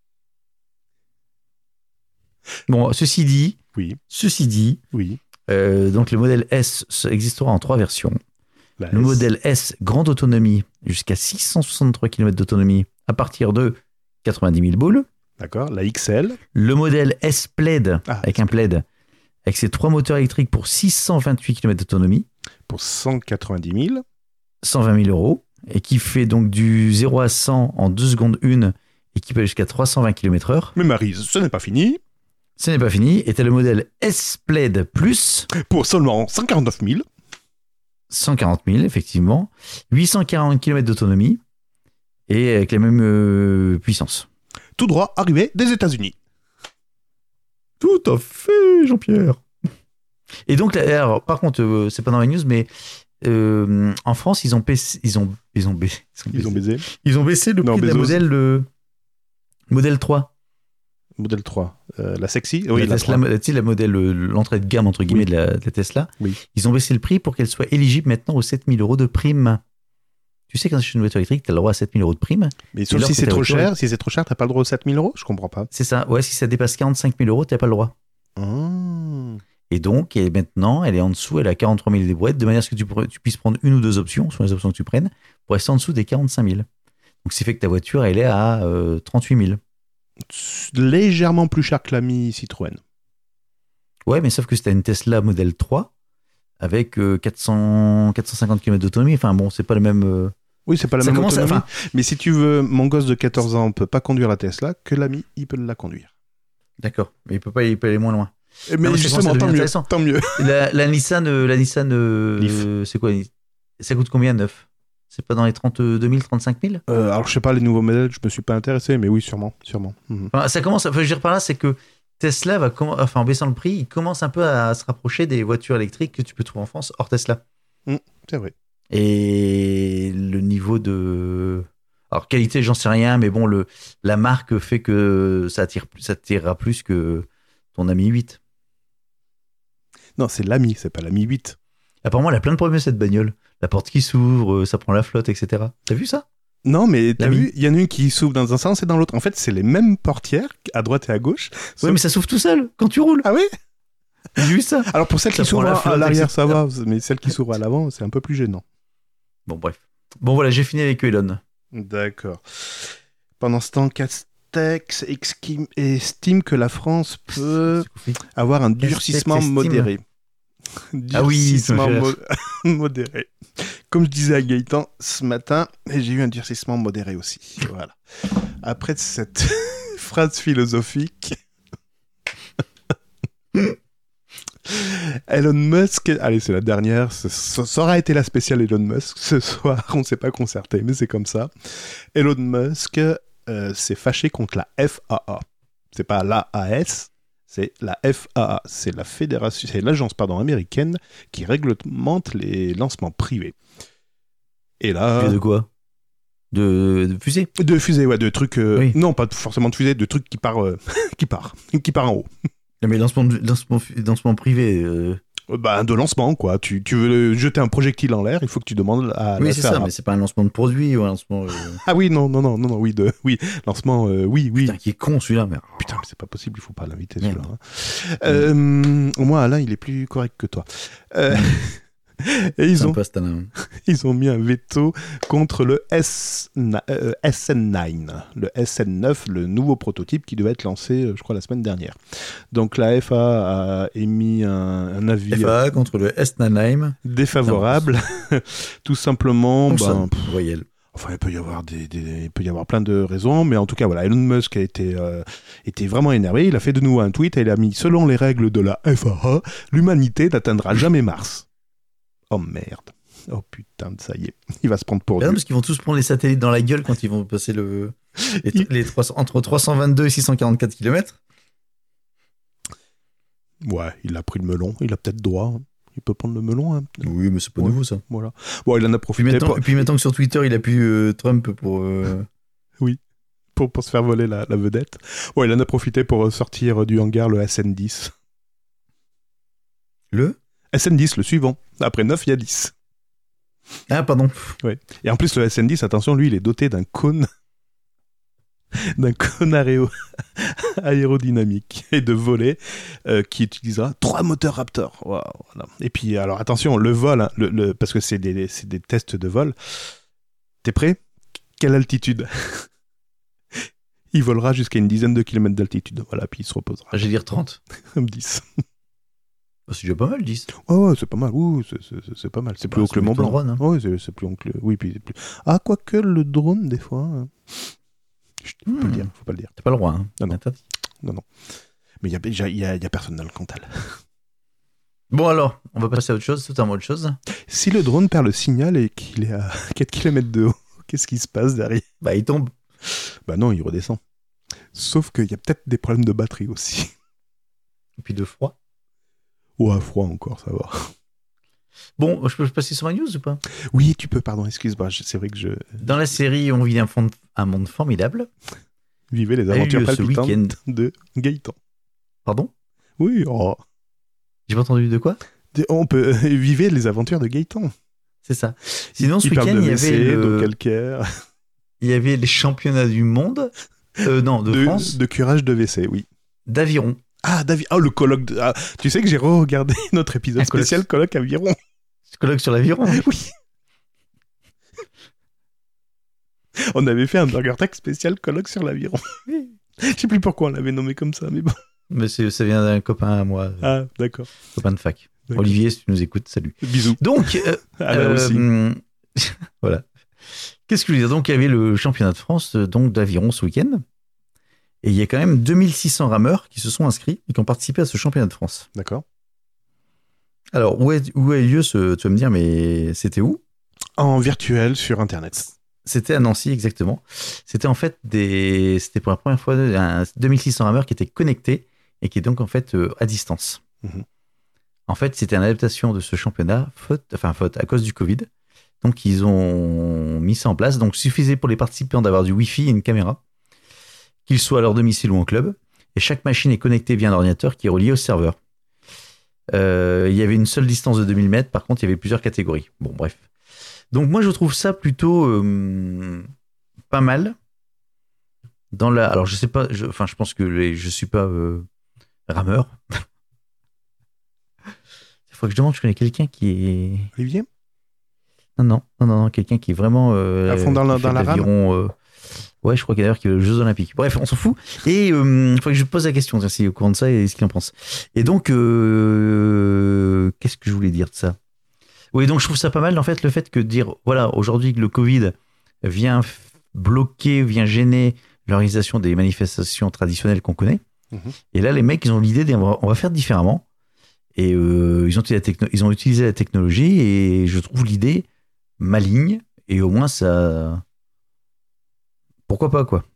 Bon, ceci dit, Oui, ceci dit, oui. euh, donc le modèle S existera en trois versions. La Le S. modèle S, grande autonomie, jusqu'à six cent soixante-trois kilomètres d'autonomie, à partir de quatre-vingt-dix mille boules. D'accord. La X L. Le modèle S Plaid, Ah, avec un plaid, avec ses trois moteurs électriques pour six cent vingt-huit kilomètres d'autonomie, Pour cent quatre-vingt-dix mille. cent vingt mille euros, et qui fait donc du zéro à cent en deux secondes une, et qui peut aller jusqu'à trois cent vingt kilomètres heure. Mais Marie, ce n'est pas fini. Ce n'est pas fini. Et t'as le modèle S Plaid Plus, Pour seulement cent quarante-neuf mille. cent quarante mille, effectivement, huit cent quarante kilomètres d'autonomie, et avec la même euh, puissance. Tout droit arrivé des États-Unis. Tout à fait, Jean-Pierre. Et donc, là, alors, par contre, euh, c'est pas dans la news, mais euh, en France, ils ont baissé, ils ont, ils ont baissé, Ils ont baisé. ils ont baissé le Non, prix de la Bezos. modèle, le modèle trois. Modèle trois. Euh, la sexy. Oui, la la Tesla, trois. tu sais, la modèle, euh, l'entrée de gamme, entre guillemets, Oui. de, la, de la Tesla. Oui. Ils ont baissé le prix pour qu'elle soit éligible maintenant aux sept mille euros de prime. Tu sais, quand tu achètes une voiture électrique, tu as le droit à sept mille euros de prime. Mais Et sauf alors si que c'est ta trop voiture cher. Si c'est trop cher, t'as pas le droit aux sept mille euros. Je comprends pas. C'est ça. Ouais, si ça dépasse quarante-cinq mille euros, tu n'as pas le droit. Ah. Et donc, elle, maintenant, elle est en dessous, elle a quarante-trois mille de brouettes, de manière à ce que tu, pourrais- tu puisses prendre une ou deux options, sur les options que tu prennes, pour rester en dessous des quarante-cinq mille. Donc, ce qui fait que ta voiture, elle est à euh, trente-huit mille. Légèrement plus cher que l'ami Citroën. Ouais, mais sauf que c'était une Tesla modèle trois, avec euh, quatre cents, quatre cent cinquante kilomètres d'autonomie. Enfin, bon, c'est pas le même... euh, Oui, c'est pas la ça même commence à- autonomie. enfin, Mais si tu veux, mon gosse de quatorze ans peut pas conduire la Tesla, que l'ami, il peut la conduire. D'accord, mais il peut pas il peut aller moins loin. Mais mais ça justement, commence à tant devenir mieux, intéressant. tant mieux. La, la Nissan, euh, la Nissan euh, Leaf. euh, c'est quoi ça coûte combien neuf? C'est pas dans les trente-deux mille, trente-cinq mille? Euh, alors, je sais pas, les nouveaux modèles, je me suis pas intéressé, mais oui, sûrement, sûrement. Mhm. Enfin, ça commence, enfin, je veux dire par là, c'est que Tesla va, comm- enfin, en baissant le prix, il commence un peu à se rapprocher des voitures électriques que tu peux trouver en France hors Tesla. C'est vrai. Et le niveau de, alors qualité, j'en sais rien, mais bon, le, la marque fait que ça attire, ça attirera plus que ton ami huit. Non, c'est l'ami, c'est pas l'ami huit. Apparemment, elle a plein de problèmes cette bagnole. La porte qui s'ouvre, euh, ça prend la flotte, et cetera. T'as vu ça? Non, mais t'as L'ami. vu, il y en a une qui s'ouvre dans un sens et dans l'autre. En fait, c'est les mêmes portières à droite et à gauche. Oui, sauf- mais ça s'ouvre tout seul quand tu roules. Ah oui. J'ai vu ça. Alors pour celles Ça qui prend s'ouvrent la à flotte, l'arrière, et ça cetera. va, mais celles qui s'ouvrent à l'avant, c'est un peu plus gênant. Bon, bref. Bon, voilà, j'ai fini avec Elon. D'accord. Pendant ce temps, Castex exquim- estime que la France peut C'est compris. avoir un durcissement estime. modéré. Ah oui, durcissement ça me mo- modéré. Comme je disais à Gaëtan ce matin, et j'ai eu un durcissement modéré aussi. Voilà. Après cette phrase philosophique, Elon Musk, allez, c'est la dernière, ce- ce- ça aura été la spéciale Elon Musk ce soir, on ne s'est pas concerté, mais c'est comme ça. Elon Musk euh, s'est fâché contre la F A A. C'est pas l'A A S, c'est la F A A, c'est la fédération, c'est l'agence pardon américaine qui réglemente les lancements privés. Et là, De quoi de, de fusée. de fusées, ouais, de trucs, euh, Oui. non pas forcément de fusées, de trucs qui partent, euh, qui part, qui part en haut. Non, mais lancement, de- lancement, lancement privé. euh, Euh, Bah, de lancement, quoi. Tu, tu veux jeter un projectile en l'air, il faut que tu demandes à Oui, la c'est F A A. ça, mais c'est pas un lancement de produit ou un lancement. euh, Ah oui, non, non, non, non, non, oui, de, oui, lancement, euh, oui, oui. Putain, qui est con celui-là, mais. Putain, mais c'est pas possible, il faut pas l'inviter Merde. celui-là. hein. Euh, au moins, Alain, il est plus correct que toi. Euh, et ils ont, Sympa, c'est un- ils ont mis un veto contre le S, euh, S N neuf, le S N neuf, le nouveau prototype qui devait être lancé, euh, je crois, la semaine dernière. Donc la F A A a émis un, un avis F A A contre le S Nanheim. défavorable, tout simplement. Ben, Consonne, voyelle. Enfin, il peut y avoir des, des- il peut y avoir plein de raisons, mais en tout cas, voilà, Elon Musk a été, euh, était vraiment énervé. Il a fait de nouveau un tweet et il a mis, selon les règles de la F A A, l'humanité n'atteindra jamais Mars. Oh merde. Oh putain, ça y est. Il va se prendre pour Bah non, Dieu. parce qu'ils vont tous prendre les satellites dans la gueule quand ils vont passer le, les, les trois cents entre trois cent vingt-deux et six cent quarante-quatre kilomètres. Ouais, il a pris le melon. Il a peut-être droit. hein. Il peut prendre le melon. hein. Oui, mais c'est pas Ouais. nouveau ça. Voilà. Bon, il en a Puis profité maintenant, pour, puis maintenant que sur Twitter, il appuie euh, Trump pour. euh, pour, pour se faire voler la, la vedette. Bon, il en a profité pour sortir du hangar le S N dix. Le S N dix, le suivant. Après neuf, il y a dix. Ah, pardon. Et en plus, le S N dix, attention, lui, il est doté d'un cône, d'un cône aéro- aérodynamique et de volet euh, qui utilisera trois moteurs Raptor. Waouh, voilà. Et puis, alors attention, le vol, hein, le, le- parce que c'est des, c'est des tests de vol. T'es prêt ? Quelle altitude ? Il volera jusqu'à une dizaine de kilomètres d'altitude. Voilà, puis il se reposera. Ah, j'allais dire trente. Comme dix. Bah, c'est déjà pas mal, dix. Ouais, ouais, c'est pas mal. Ouh, c'est, c'est- c'est pas mal. C'est plus Bah, haut c'est que le Mont plutôt Blanc. le drone, hein. Ouais, c'est, c'est plus haut que le. Oui, puis c'est plus. Ah, quoique le drone, des fois. hein. Chut, faut pas le Hmm. dire. Faut pas le dire. T'as pas le droit, hein. Non, non. Interdit. Mais il y a, il y, a, il y a- il y a personne dans le Cantal. Bon, alors, on va passer à autre chose, totalement autre chose. Si le drone perd le signal et qu'il est à quatre kilomètres de haut, qu'est-ce qui se passe derrière ? Bah, il tombe. Bah non, il redescend. Sauf qu'il y a peut-être des problèmes de batterie aussi. Et puis de froid. Ou à froid encore, ça va. Bon, je peux passer sur ma news ou pas ? Oui, tu peux, pardon, excuse-moi. je- C'est vrai que je Dans la série On vit un, fond- un monde formidable. vivais les a eu aventures lieu ce palpitantes week-end. de Gaëtan. Pardon ? Oui, oh. J'ai pas entendu de quoi ? On peut vivre les aventures de Gaëtan. C'est ça. Sinon, ce il parle week-end, de il y W C, avait d'eau le- calcaire, il y avait les championnats du monde. Euh, non, de, de, France, de curage de W C, oui. d'aviron. Ah, David, oh, le colloque. De... ah, tu sais que j'ai re-regardé notre épisode Un colloque. spécial colloque aviron. Je colloque sur l'aviron. Oui. On avait fait un Burger Tech spécial colloque sur l'aviron. Je sais plus pourquoi on l'avait nommé comme ça, mais bon. Mais c'est- ça vient d'un copain à moi, euh, Ah, d'accord. copain de fac. D'accord. Olivier, si tu nous écoutes, salut. Bisous. Donc, euh, Ah, là aussi. euh, voilà. Qu'est-ce que je veux dire ? Donc, il y avait le championnat de France euh, donc d'aviron ce week-end. Et il y a quand même deux mille six cents rameurs qui se sont inscrits et qui ont participé à ce championnat de France. D'accord. Alors, où, est, où a eu lieu ce. Tu vas me dire, mais c'était où ? En virtuel sur Internet. C'était à Nancy, exactement. C'était en fait des. C'était pour la première fois un deux mille six cents rameurs qui étaient connectés et qui est donc en fait euh, à distance. Mhm. En fait, c'était une adaptation de ce championnat, faute, enfin faute, à cause du Covid. Donc, ils ont mis ça en place. Donc, suffisait pour les participants d'avoir du Wi-Fi et une caméra, qu'ils soient à leur domicile ou en club. Et chaque machine est connectée via un ordinateur qui est relié au serveur. Euh, il y avait une seule distance de deux mille mètres. Par contre, il y avait plusieurs catégories. Bon, bref. Donc, moi, je trouve ça plutôt euh, pas mal. Dans la... Alors, je sais pas, je... enfin, je pense que les... je suis pas euh, rameur. Il faut que je demande, je connais quelqu'un qui est. Olivier ? Non, non, non, non, non, quelqu'un qui est vraiment. Euh, À fond dans la- qui fait dans la de rame l'aviron, euh, Ouais, je crois qu'il y a d'ailleurs qu'il y a les Jeux Olympiques. Bref, on s'en fout. Et il euh, faut que je pose la question, tiens, si au courant de ça et ce qu'il en pense. Et donc, euh, qu'est-ce que je voulais dire de ça? Oui, donc je trouve ça pas mal, en fait, le fait que dire, voilà, aujourd'hui que le Covid vient f- bloquer, vient gêner l'organisation des manifestations traditionnelles qu'on connaît. Mhm. Et là, les mecs, ils ont l'idée de dire, on va- on va faire différemment. Et euh, ils, ont utilisé la techno- ils ont utilisé la technologie et je trouve l'idée maligne. Et au moins, ça... Pourquoi pas, quoi.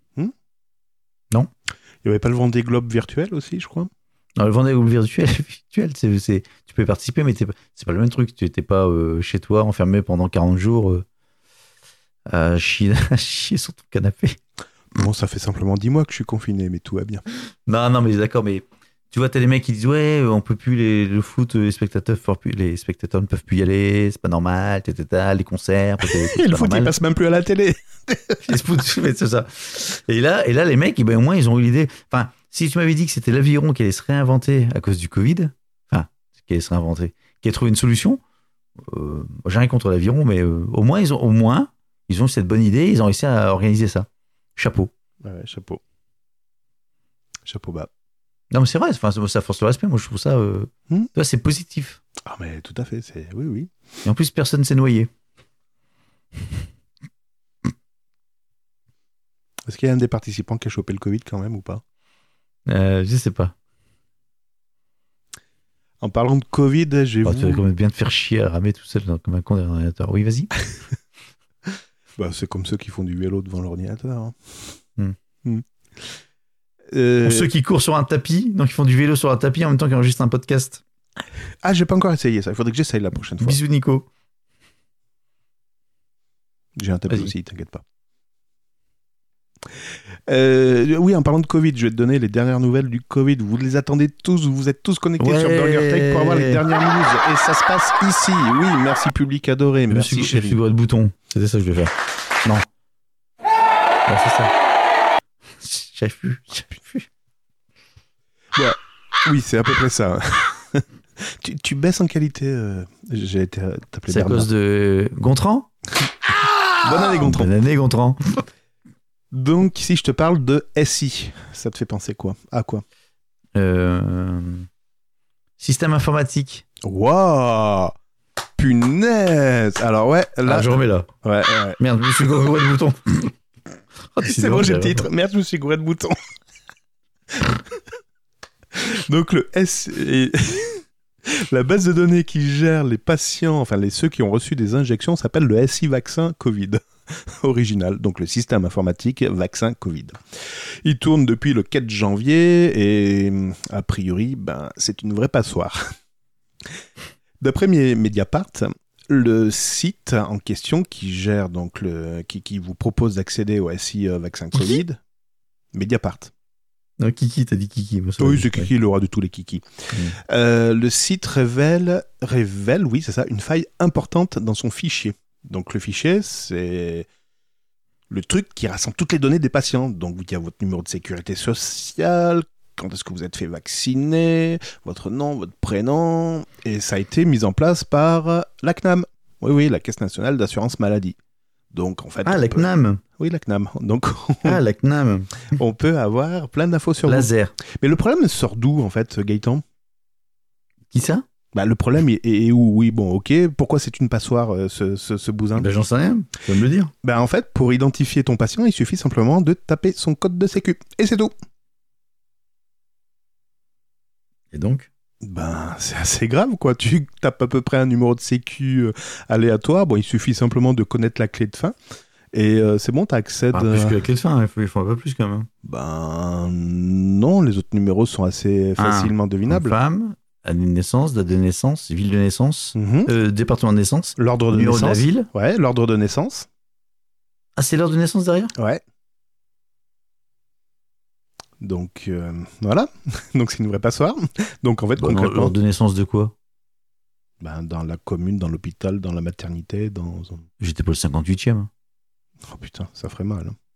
Il n'y avait pas le Vendée Globe virtuel aussi, je crois. Non, le Vendée Globe virtuel, virtuel c'est, c'est, tu peux participer, mais t'es pas- c'est pas le même truc. Tu n'étais pas euh, chez toi, enfermé pendant quarante jours, euh, à, chier, à chier sur ton canapé. Bon, ça fait simplement dix mois que je suis confiné, mais tout va bien. Non, non, mais d'accord, mais tu vois, t'as des mecs qui disent ouais, on peut plus les, le foot, les spectateurs, peuvent plus- les spectateurs ne peuvent plus y aller, c'est pas normal, tata, tata, les concerts, peut-être, c'est Et le pas foot, il normal. passe même plus à la télé. Les foot, mais c'est ça. Et là, et là, les mecs, eh ben, au moins, ils ont eu l'idée. Enfin, si tu m'avais dit que c'était l'aviron qui allait se réinventer à cause du Covid, enfin, qui allait se réinventer, qui allait trouver une solution, euh, j'ai rien contre l'aviron, mais euh, au moins, ils ont, au moins, ils ont eu cette bonne idée, ils ont réussi à organiser ça. Chapeau. Ouais, chapeau. Chapeau bas. Non, mais c'est vrai, enfin, ça force le respect. Moi, je trouve ça, euh, Hmm. tu vois, c'est positif. Ah, mais tout à fait, c'est... Oui, oui. Et en plus, personne s'est noyé. Est-ce qu'il y a un des participants qui a chopé le Covid quand même ou pas? Euh, je sais pas. En parlant de Covid, j'ai Bah, vu... tu vas quand même bien te faire chier à ramer tout seul dans- comme un con derrière l'ordinateur. Oui, vas-y. Bah, c'est comme ceux qui font du vélo devant l'ordinateur. hein. Hmm. Hmm. Euh, Ou ceux qui courent sur un tapis, donc ils font du vélo sur un tapis en même temps qu'ils enregistrent un podcast. Ah, j'ai pas encore essayé ça. Il faudrait que j'essaye la prochaine fois. Bisous, Nico. J'ai un tapis Vas-y. aussi, t'inquiète pas. Euh, oui, en parlant de Covid, je vais te donner les dernières nouvelles du Covid. Vous les attendez tous, vous êtes tous connectés Ouais. sur BurgerTech pour avoir les dernières news. Et ça se passe ici. Oui, merci public adoré, Je me merci suis chérie. figuré de bouton. C'était ça que je devais faire. Non. Ouais, c'est ça. J'avais plus. J'avais plus. Oui, c'est à peu près ça. tu, tu baisses en qualité. Euh... J'ai été euh, t'appeler C'est à Bernard. cause de Gontran. Bonne année, Gontran. Bonne année, Gontran. Donc, ici, je te parle de S I. Ça te fait penser quoi? À quoi? Euh... Système informatique. Waouh! Punaise! Alors, ouais, là. Ah, je remets là. Ouais, ouais. Merde, je me suis gouré de bouton. Oh, C'est bon, j'ai le titre. Merde, je me suis gouré de bouton. Donc, le S. et- La base de données qui gère les patients, enfin les, ceux qui ont reçu des injections, s'appelle le S I Vaccin Covid original, donc le système informatique Vaccin Covid. Il tourne depuis le quatre janvier et a priori, ben, c'est une vraie passoire. D'après mes- Mediapart, le site en question qui gère donc le, qui, qui vous propose d'accéder au S I euh, Vaccin Covid, Mediapart. Non, Kiki, t'as dit Kiki. Moi, ça Oui, va. c'est Kiki, le roi de tous les Kiki. Mm. Euh, le site révèle, révèle, oui, c'est ça, une faille importante dans son fichier. Donc le fichier, c'est le truc qui rassemble toutes les données des patients. Donc il y a votre numéro de sécurité sociale, quand est-ce que vous êtes fait vacciner, votre nom, votre prénom, et ça a été mis en place par la C N A M. Oui, oui, la Caisse nationale d'assurance maladie. Donc en fait, Ah, on la peut- C N A M. Oui, la C N A M. Donc Ah, la C N A M. on peut avoir plein d'infos sur vous. Laser. Mais le problème sort d'où en fait, Gaëtan? Qui ça? Bah, le problème est, est- est où? Oui, bon, ok. Pourquoi c'est une passoire, euh, ce, ce, ce bousin? Ben, j'en sais rien. Tu vas me le dire. Bah, en fait, pour identifier ton patient, il suffit simplement de taper son code de sécu. Et c'est tout. Et donc? Ben, c'est assez grave, quoi. Tu tapes à peu près un numéro de sécu euh, aléatoire. Bon, il suffit simplement de connaître la clé de fin. Et euh, c'est bon, t'accèdes... Pas plus que la clé de fin, il faut, il faut un peu plus quand même. Ben, non, les autres numéros sont assez Ah, facilement devinables. Femme, année de naissance, date de naissance, ville de naissance, Mhm. euh, département de naissance, L'ordre de numéro de la naissance. ville. Ouais, l'ordre de naissance. Ah, c'est l'heure de naissance derrière? Ouais. Donc, euh, voilà. Donc, c'est une vraie passoire. Donc, en fait, Bon, non, concrètement, l'heure de naissance de quoi? ben, dans la commune, dans l'hôpital, dans la maternité, dans... J'étais pas le cinquante-huitième. Oh putain, ça ferait mal. hein.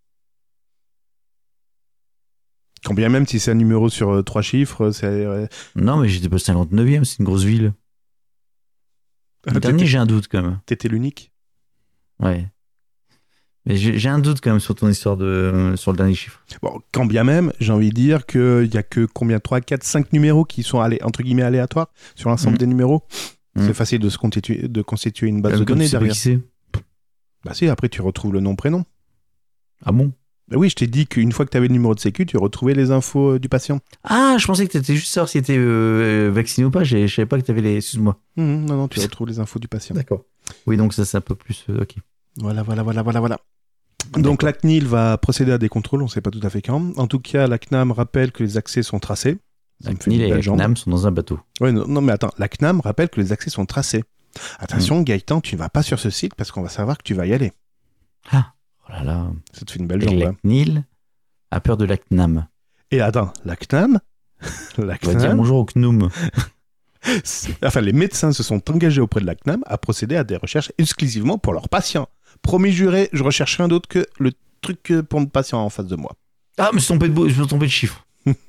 Quand bien même si c'est un numéro sur euh, trois chiffres, c'est... euh, Non, mais j'étais pas le cinquante-neuvième, c'est une grosse ville. Le Ah, dernier, t'étais- j'ai un doute quand même. T'étais l'unique. Ouais. Mais j'ai, j'ai un doute quand même sur ton histoire de sur le dernier chiffre. Bon, quand bien même, j'ai envie de dire qu'il n'y a que combien trois, quatre, cinq numéros qui sont allés, entre guillemets aléatoires sur l'ensemble Mmh. des numéros. Mmh. C'est facile de, se constituer, de constituer une base Même de comme données tu sais pas derrière. qui c'est. Bah si, après tu retrouves le nom, prénom. Ah bon? Bah oui, je t'ai dit qu'une fois que tu avais le numéro de sécu, tu retrouvais les infos euh, du patient. Ah, je pensais que t'étais juste savoir si t'étais euh, vacciné ou pas. J'ai- Je savais pas que t'avais les. Excuse-moi. Mmh, non, non, tu retrouves les infos du patient. D'accord. Oui, donc ça c'est un peu plus. euh, ok. Voilà, voilà, voilà, voilà, voilà. Donc la C N I L va procéder à des contrôles, on ne sait pas tout à fait quand. En tout cas, la C N A M rappelle que les accès sont tracés. Ça La me fait une C N I L et belle la jambe. C N A M sont dans un bateau. Ouais, non, non, mais attends, la C N A M rappelle que les accès sont tracés. Attention, Gaëtan, tu ne vas pas sur ce site parce qu'on va savoir que tu vas y aller. Ah, oh là là. Ça te fait une belle Et jambe. la hein. C N I L a peur de la C N A M. Et attends, la C N A M, la On va C N A dire M, bonjour au C N O M. c'est- enfin, les médecins se sont engagés auprès de la C N A M à procéder à des recherches exclusivement pour leurs patients. Promis juré, je recherche rien d'autre que le truc pour le patient en face de moi. Ah, mais je me suis trompé de, beau- je me suis trompé de chiffre.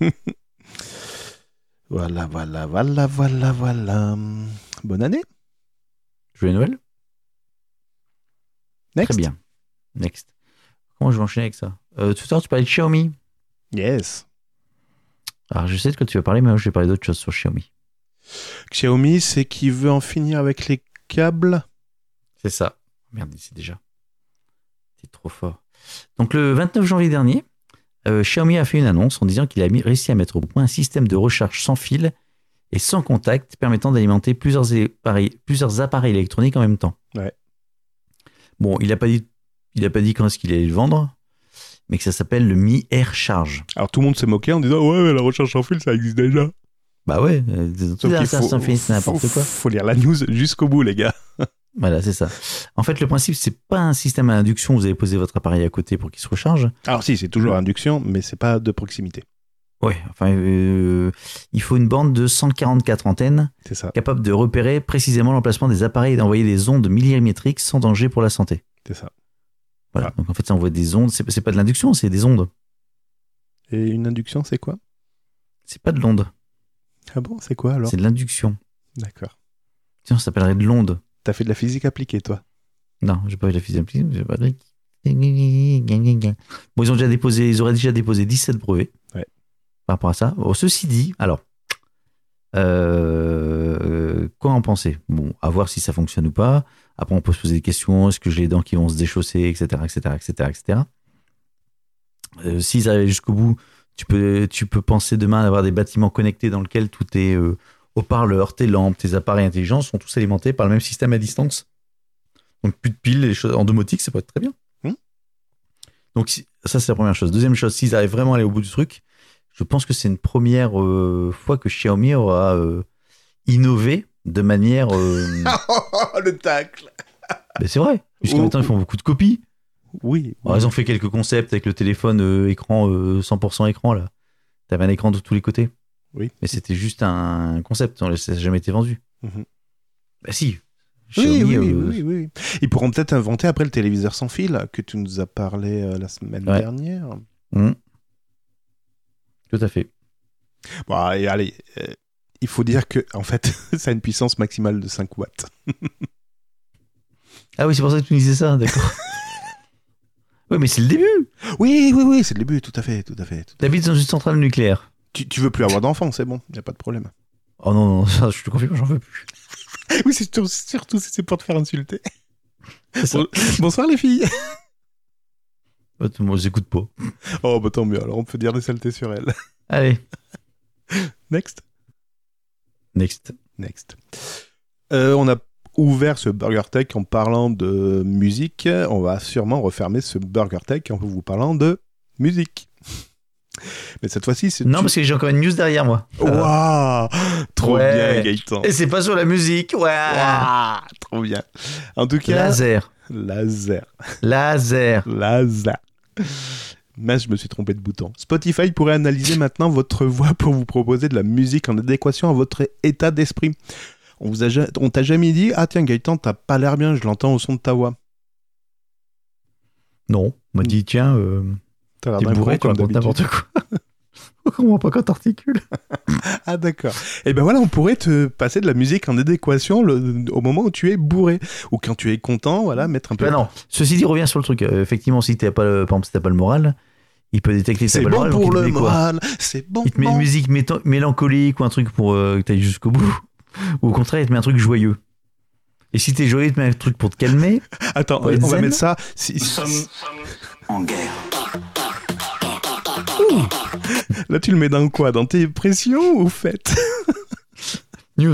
Voilà, voilà, voilà, voilà, voilà. Bonne année. Joyeux Noël. Next. Très bien. Next. Comment je vais enchaîner avec ça euh, Tout à l'heure, tu parlais de Xiaomi. Yes. Alors, je sais de quoi tu vas parler, mais moi, je vais parler d'autre chose sur Xiaomi. Xiaomi, c'est qui veut en finir avec les câbles. C'est ça. Merde, c'est déjà. C'est trop fort. Donc, le vingt-neuf janvier dernier, euh, Xiaomi a fait une annonce en disant qu'il a mis, réussi à mettre au point un système de recharge sans fil et sans contact permettant d'alimenter plusieurs appareils, plusieurs appareils électroniques en même temps. Ouais. Bon, il n'a pas dit, il a pas dit quand est-ce qu'il allait le vendre, mais que ça s'appelle le Mi Air Charge. Alors tout le monde s'est moqué en disant ouais, mais la recharge sans fil, ça existe déjà. Bah ouais, euh, tout Sauf qu'il ça faut, sans fil, c'est n'importe faut, quoi. faut lire la news jusqu'au bout, les gars. Voilà, c'est ça. En fait, le principe, c'est pas un système à induction. Vous allez poser votre appareil à côté pour qu'il se recharge. Alors si, c'est toujours induction, mais c'est pas de proximité. Ouais, enfin, euh, il faut une bande de cent quarante-quatre antennes C'est ça, capable de repérer précisément l'emplacement des appareils et d'envoyer des ondes millimétriques sans danger pour la santé. c'est ça. Voilà. Ah. Donc en fait, ça envoie des ondes. C'est, c'est pas de l'induction, c'est des ondes. Et une induction, c'est quoi? C'est pas de l'onde, Ah bon, c'est quoi alors? c'est de l'induction. D'accord. Tiens, ça s'appellerait de l'onde. T'as fait de la physique appliquée, toi? Non, j'ai pas eu la physique. J'ai pas... Bon, ils ont déjà déposé, ils auraient déjà déposé dix-sept brevets. Ouais. Par rapport à ça. Bon, ceci dit, alors, euh, quoi en penser? Bon, à voir si ça fonctionne ou pas. Après, on peut se poser des questions. Est-ce que j'ai les dents qui vont se déchausser, et cetera, et cetera, et cetera, et cetera. Euh, s'ils arrivent jusqu'au bout, tu peux, tu peux penser demain d'avoir des bâtiments connectés dans lesquels tout est euh, haut-parleurs, tes lampes, tes appareils intelligents sont tous alimentés par le même système à distance. Donc plus de piles, les choses en domotique, ça peut être très bien. Mmh. Donc si- ça, c'est la première chose. Deuxième chose, s'ils arrivent vraiment à aller au bout du truc, je pense que c'est une première euh, fois que Xiaomi aura euh, innové de manière... euh, Le tacle. ben, c'est vrai. Jusqu'à Oh. maintenant, ils font beaucoup de copies. Oui. Alors, ils ont fait quelques concepts avec le téléphone euh, écran, euh, cent pour cent écran, là. T'avais un écran de tous les côtés. Oui. Mais c'était juste un concept, ça n'a jamais été vendu. Mhm. Bah si. Oui, Xiaomi, oui, oui, euh, oui, oui. Ils pourront peut-être inventer après le téléviseur sans fil que tu nous as parlé euh, la semaine Ouais. dernière. hum. Tout à fait. Bon, et allez, euh, il faut dire que en fait, ça a une puissance maximale de cinq watts. Ah oui, c'est pour ça que tu me disais ça, d'accord. Oui, mais c'est le début. Oui, oui, oui, c'est le début, tout à fait, tout à fait. Tout- T'habites dans une centrale nucléaire. Tu, tu veux plus avoir d'enfants, c'est bon, y a pas de problème. Oh non, non, ça, je te confirme, j'en veux plus. Oui, c'est surtout, surtout si c'est pour te faire insulter. C'est ça. Bon- bonsoir les filles. Oh, moi, j'écoute pas. Oh, bah tant mieux, alors on peut dire des saletés sur elles. Allez, Next. next. Next. Euh, on a ouvert ce Burger Tech en parlant de musique. On va sûrement refermer ce Burger Tech en vous parlant de musique. Mais cette fois-ci, c'est... Non, parce que j'ai encore une news derrière moi. Waouh, trop Ouais. bien, Gaëtan. Et c'est pas sur la musique, ouais. Waouh, trop bien. En tout cas... Laser. Laser. Laser. Laser. Mince, je me suis trompé de bouton. Spotify pourrait analyser maintenant votre voix pour vous proposer de la musique en adéquation à votre état d'esprit. On, vous a, ja- on t'a jamais dit « Ah tiens, Gaëtan, t'as pas l'air bien, je l'entends au son de ta voix. Non, on m'a dit, tiens, euh, T'as l'air t'es d'un bourré, gros tu comme racontes d'habitude. n'importe quoi. Je comprends pas quand t'articules. Ah d'accord. Et ben voilà, on pourrait te passer de la musique en adéquation le, au moment où tu es bourré ou quand tu es content, voilà, mettre un peu. Bah non. Ceci dit, reviens sur le truc. Euh, effectivement, si t'as pas, le, par exemple, si t'as pas le moral, il peut détecter que t'as C'est pas bon le moral. pour donc il te le met quoi moral. C'est bon. Il te met bon. une musique méto- mélancolique ou un truc pour euh, que t'ailles jusqu'au bout. Ou au contraire, il te met un truc joyeux. Et si t'es joyeux, il te met un truc pour te calmer. Attends, Ouais, on va zen. mettre ça. Si, Nous si- sommes en guerre. Là, tu le mets dans quoi? Dans tes pressions ou fêtes? News.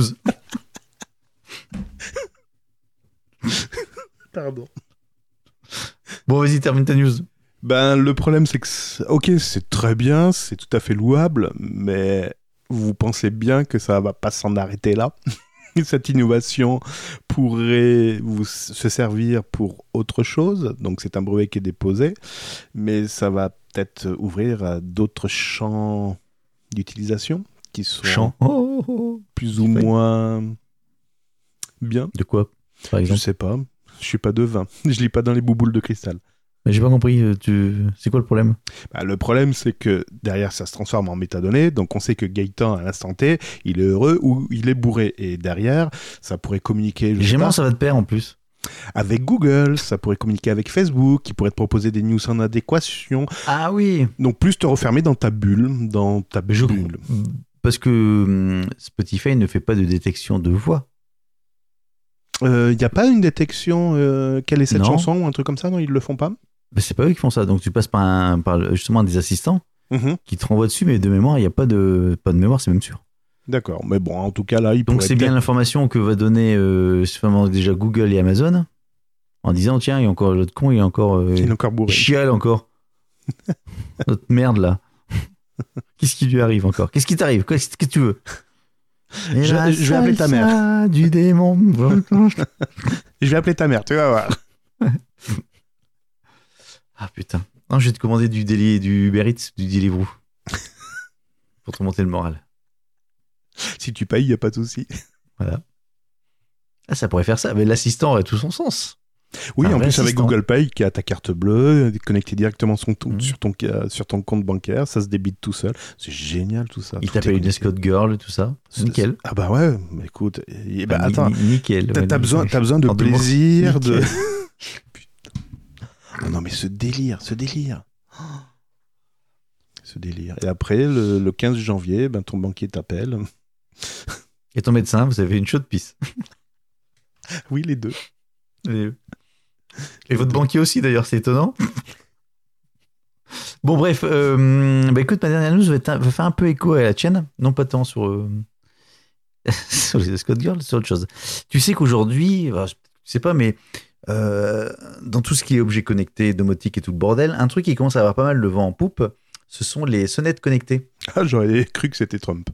Pardon. Bon, vas-y, termine ta news. Ben, le problème, c'est que, c'est- ok, c'est très bien, c'est tout à fait louable, mais vous pensez bien que ça va pas s'en arrêter là. Cette innovation pourrait vous se servir pour autre chose, donc c'est un brevet qui est déposé, mais ça va peut-être ouvrir à d'autres champs d'utilisation qui sont Chant. Oh, oh, oh. plus ou Oui. moins bien. De quoi, par Je exemple? sais pas, je suis pas devin, je lis pas dans les bouboules de cristal. Mais j'ai pas compris. euh, Tu... C'est quoi le problème? Bah, le problème, c'est que derrière, ça se transforme en métadonnées. Donc, on sait que Gaëtan, à l'instant T, il est heureux ou il est bourré. Et derrière, ça pourrait communiquer je sais Gémeaux, pas, ça va de pair en plus. avec Google, ça pourrait communiquer avec Facebook, qui pourrait te proposer des news en adéquation. Ah oui. Donc, plus te refermer dans ta bulle, dans ta Je- bulle. Parce que hum, Spotify ne fait pas de détection de voix. Il euh, n'y a pas une détection, euh, quelle est cette Non. chanson ou un truc comme ça? Non, ils le font pas. Bah, c'est pas eux qui font ça. Donc tu passes par, un, par le- justement des assistants Mhm. qui te renvoient dessus, mais de mémoire, il n'y a pas de, pas de mémoire, c'est même sûr. D'accord. Mais bon, en tout cas, là, il Donc pourrait c'est bien peut-être- l'information que va donner euh, sûrement déjà Google et Amazon en disant tiens, il y a encore l'autre con, il y a encore. euh, Il est encore bourré. chiale encore. Notre merde là. Qu'est-ce qui lui arrive encore? Qu'est-ce qui t'arrive? Qu'est-ce que tu veux? Et Je- la je vais appeler ta mère. salsa Du démon. Je vais appeler ta mère, tu vas voir. Ah putain. Non, je vais te commander du délit, du Uber Eats, du Deliveroo. Pour te monter le moral. Si tu payes, il n'y a pas de souci. Voilà. Ah, ça pourrait faire ça. Mais l'assistant aurait tout son sens. Oui, Un en vrai plus avec assistant. Google Pay qui a ta carte bleue, connecté directement son- Mhm. sur, ton, ca- sur ton compte bancaire, ça se débite tout seul. C'est génial tout ça. Il Tout t'appelle est une connecté. escort girl, tout ça. C'est- Nickel. Ah bah ouais, mais écoute, et bah Enfin, ni- attends, ni- nickel. t'as ouais, t'as nickel. besoin, t'as besoin de En deux mots. plaisir, de... Nickel. Putain. Ah non mais ce délire, ce délire. Oh. Ce délire. Et après, le, le quinze janvier, ben, ton banquier t'appelle. Et ton médecin, vous avez une chaude pisse. Oui, les deux. Et, et votre banquier aussi, d'ailleurs, c'est étonnant. Bon, bref, euh, bah, écoute, ma dernière news va, être- va faire un peu écho à la tienne, non pas tant sur, euh, sur les escort girls, sur autre chose. Tu sais qu'aujourd'hui, bah, je sais pas, mais euh, dans tout ce qui est objets connectés, domotique et tout le bordel, un truc qui commence à avoir pas mal le vent en poupe, ce sont les sonnettes connectées. Ah, j'aurais cru que c'était Trump.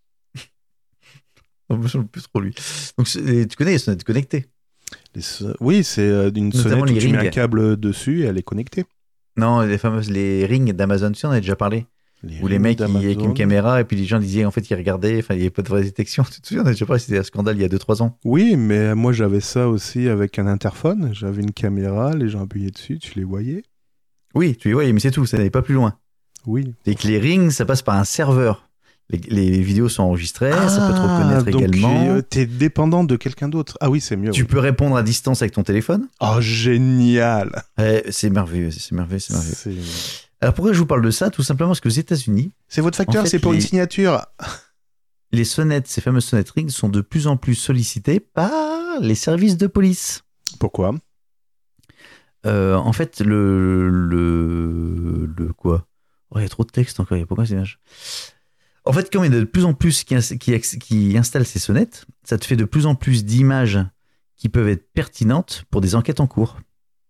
Oh, je ne sais plus trop lui. Donc, c'est- tu connais les sonnettes connectées? Les so- Oui, c'est euh, une Notamment sonnette où les tu mets rings. un câble dessus et elle est connectée. Non, les fameuses les rings d'Amazon, tu sais, on en a déjà parlé. Où les rings mecs, ils, avec d'Amazon. une caméra, et puis les gens disaient, en fait, ils regardaient, enfin, il n'y avait pas de vraie détection. Tu te souviens, on a déjà parlé, c'était un scandale il y a deux trois ans. Oui, mais moi j'avais ça aussi avec un interphone. J'avais une caméra, les gens appuyaient dessus, tu les voyais. Oui, tu les voyais, mais c'est tout, ça n'allait pas plus loin. Oui. Et que les rings, ça passe par un serveur. Les, les vidéos sont enregistrées, ça peut te reconnaître Ah, donc, également. euh, t'es dépendant de quelqu'un d'autre. Ah oui, c'est mieux. Tu oui. peux répondre à distance avec ton téléphone. Oh, génial. Ouais, c'est merveilleux, c'est merveilleux, c'est merveilleux. C'est Alors pourquoi je vous parle de ça? Tout simplement parce que aux États-Unis, c'est votre facteur, En fait, c'est pour les- une signature. les sonnettes, ces fameuses sonnettes rings, sont de plus en plus sollicitées par les services de police. Pourquoi? Euh, en fait, le, le, le quoi? Oh, il y a trop de texte encore, il y a pourquoi ces images? En fait, comme il y en a de plus en plus qui, ins- qui, ex- qui installent ces sonnettes, ça te fait de plus en plus d'images qui peuvent être pertinentes pour des enquêtes en cours.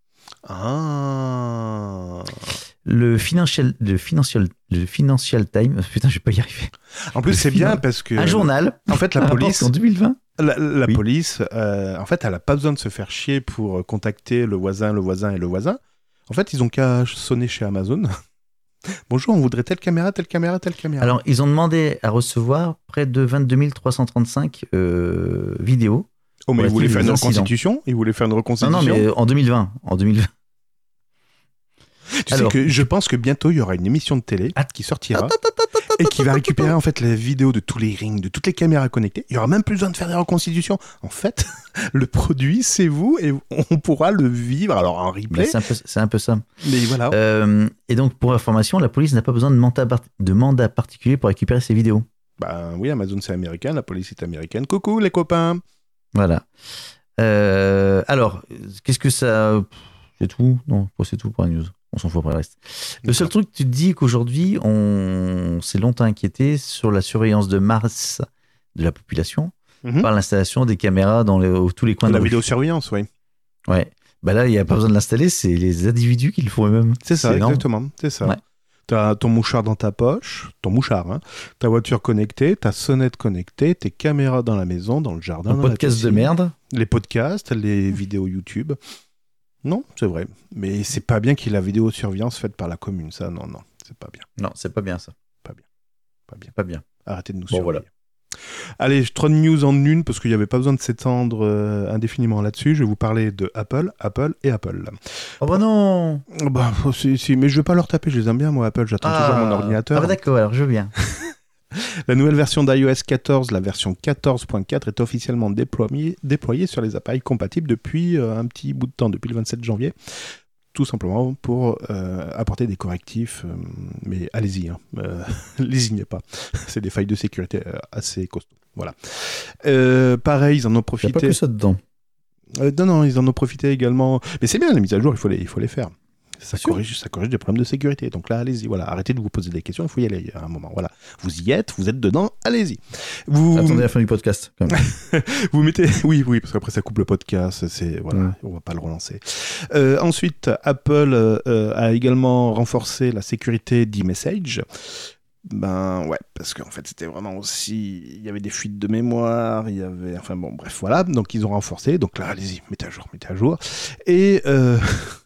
Ah. Le Financial, le Financial, le Financial Times, putain, je vais pas y arriver. En plus, Le c'est finan- bien parce que Un journal. en fait, la rapporte police, En deux mille vingt. la, la Oui. police, euh, en fait, elle a pas besoin de se faire chier pour contacter le voisin, le voisin et le voisin. En fait, ils ont qu'à sonner chez Amazon. Bonjour, on voudrait telle caméra, telle caméra, telle caméra. Alors, ils ont demandé à recevoir près de vingt-deux mille trois cent trente-cinq euh, vidéos. oh, mais ils relatives voulaient faire aux une incidents. reconstitution. Ils voulaient faire une Non, reconstitution. non, mais en deux mille vingt. En deux mille vingt. Tu Alors- sais que je pense que bientôt il y aura une émission de télé Ah. qui sortira et qui va récupérer en fait les vidéos de tous les rings, de toutes les caméras connectées. Il y aura même plus besoin de faire des reconstitutions. En fait, le produit, c'est vous et on pourra le vivre. Alors en replay. Bah, c'est, un peu, c'est un peu ça. Mais voilà. Euh, et donc, pour information, la police n'a pas besoin de mandat, part- de mandat particulier pour récupérer ces vidéos. Bah oui, Amazon c'est américain, la police est américaine. Coucou les copains. Voilà. Euh, alors, qu'est-ce que ça... C'est tout ? Non, c'est tout pour la news. On s'en fout après le reste. Le seul truc, tu te dis qu'aujourd'hui, on s'est longtemps inquiété sur la surveillance de masse de la population Mhm. par l'installation des caméras dans les, tous les coins de La rue. vidéosurveillance, oui. Ouais. Bah là, il n'y a pas besoin de l'installer, c'est les individus qui le font eux-mêmes. C'est ça, énorme. exactement. C'est ça. Ouais. T'as ton mouchard dans ta poche, ton mouchard, hein, ta voiture connectée, ta sonnette connectée, tes caméras dans la maison, dans le jardin, Un dans la podcast de piscine, merde. les podcasts, les vidéos YouTube. Non, c'est vrai. Mais c'est pas bien qu'il y ait la vidéosurveillance faite par la commune, ça, non, non, c'est pas bien. Non, c'est pas bien ça. Pas bien. Pas bien. Pas bien. Arrêtez de nous Bon, surveiller. voilà. Allez, trois news en une, parce qu'il n'y avait pas besoin de s'étendre euh, indéfiniment là-dessus. Je vais vous parler de Apple, Apple et Apple. Oh bah non. Bah, si, si, mais je vais pas leur taper, je les aime bien, moi, Apple, j'attends Ah. toujours mon ordinateur. Ah bah d'accord, alors je viens. La nouvelle version d'iOS quatorze, la version quatorze point quatre, est officiellement déployée, déployée sur les appareils compatibles depuis euh, un petit bout de temps, depuis le vingt-sept janvier. Tout simplement pour euh, apporter des correctifs. Euh, mais allez-y, hein, euh, lésignez pas. C'est des failles de sécurité euh, assez costauds. Voilà. Euh, pareil, ils en ont Il n'y a profité. pas que ça dedans. Euh, non, non, ils en ont profité également. Mais c'est bien, les mises à jour, il faut les, il faut les faire. Ça Bien sûr. corrige, ça corrige des problèmes de sécurité. Donc là, allez-y, voilà. Arrêtez de vous poser des questions, il faut y aller à un moment. Voilà. Vous y êtes, vous êtes dedans, allez-y. Vous, Attendez la fin du podcast. Quand même. vous mettez. Oui, oui, parce qu'après ça coupe le podcast. C'est voilà, Ouais. on va pas le relancer. Euh, ensuite, Apple euh, a également renforcé la sécurité d'e-message. Ben ouais, parce qu'en fait c'était vraiment aussi, il y avait des fuites de mémoire, il y avait, enfin bon, bref, voilà. Donc ils ont renforcé. Donc là, allez-y, mettez à jour, mettez à jour. Et euh...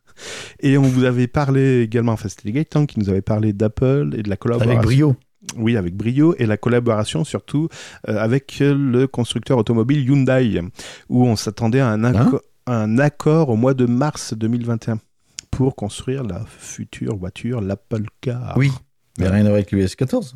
Et on vous avait parlé également, enfin c'était Gaëtan qui nous avait parlé d'Apple et de la collaboration. Avec brio. Oui, avec brio, et la collaboration surtout euh, avec le constructeur automobile Hyundai, où on s'attendait à un, acco- Hein un accord au mois de mars deux mille vingt et un pour construire la future voiture, l'Apple Car. Oui. Mais rien à voir avec l'U S quatorze.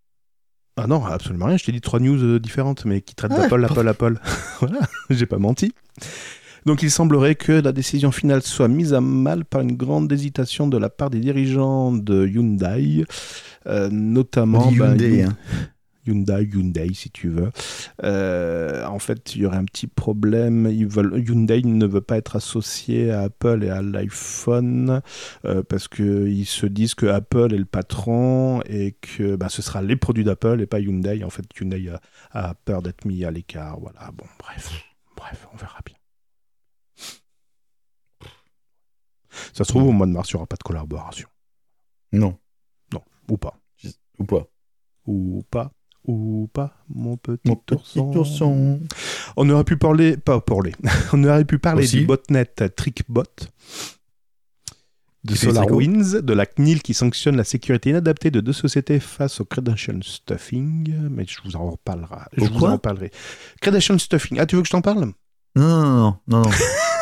Ah non, absolument rien, je t'ai dit trois news euh, différentes, mais qui traitent Ah, d'Apple, pardon. Apple, Apple. Voilà, j'ai pas menti. Donc il semblerait que la décision finale soit mise à mal par une grande hésitation de la part des dirigeants de Hyundai, euh, notamment... On dit ben, Hyundai, Hyun- hein. Hyundai, Hyundai si tu veux. Euh, en fait, il y aurait un petit problème. Ils veulent, Hyundai ne veut pas être associé à Apple et à l'iPhone euh, parce qu'ils se disent que Apple est le patron et que bah, ce sera les produits d'Apple et pas Hyundai. En fait, Hyundai a, a peur d'être mis à l'écart. Voilà, bon, bref. Bref, on verra bien. Ça se trouve, au mois de mars, il n'y aura pas de collaboration. Non. Non, ou pas. Ou pas. Ou pas. Ou pas, mon petit, Mon petit ourson. ourson. On aurait pu parler, pas parler, on aurait pu parler Aussi. du botnet TrickBot, de Qui fait des SolarWinds, de la C N I L qui sanctionne la sécurité inadaptée de deux sociétés face au credential stuffing, mais je vous en reparlerai. Je Au vous quoi en reparlerai. Credential stuffing. Ah, tu veux que je t'en parle? Non, non, non, non, non.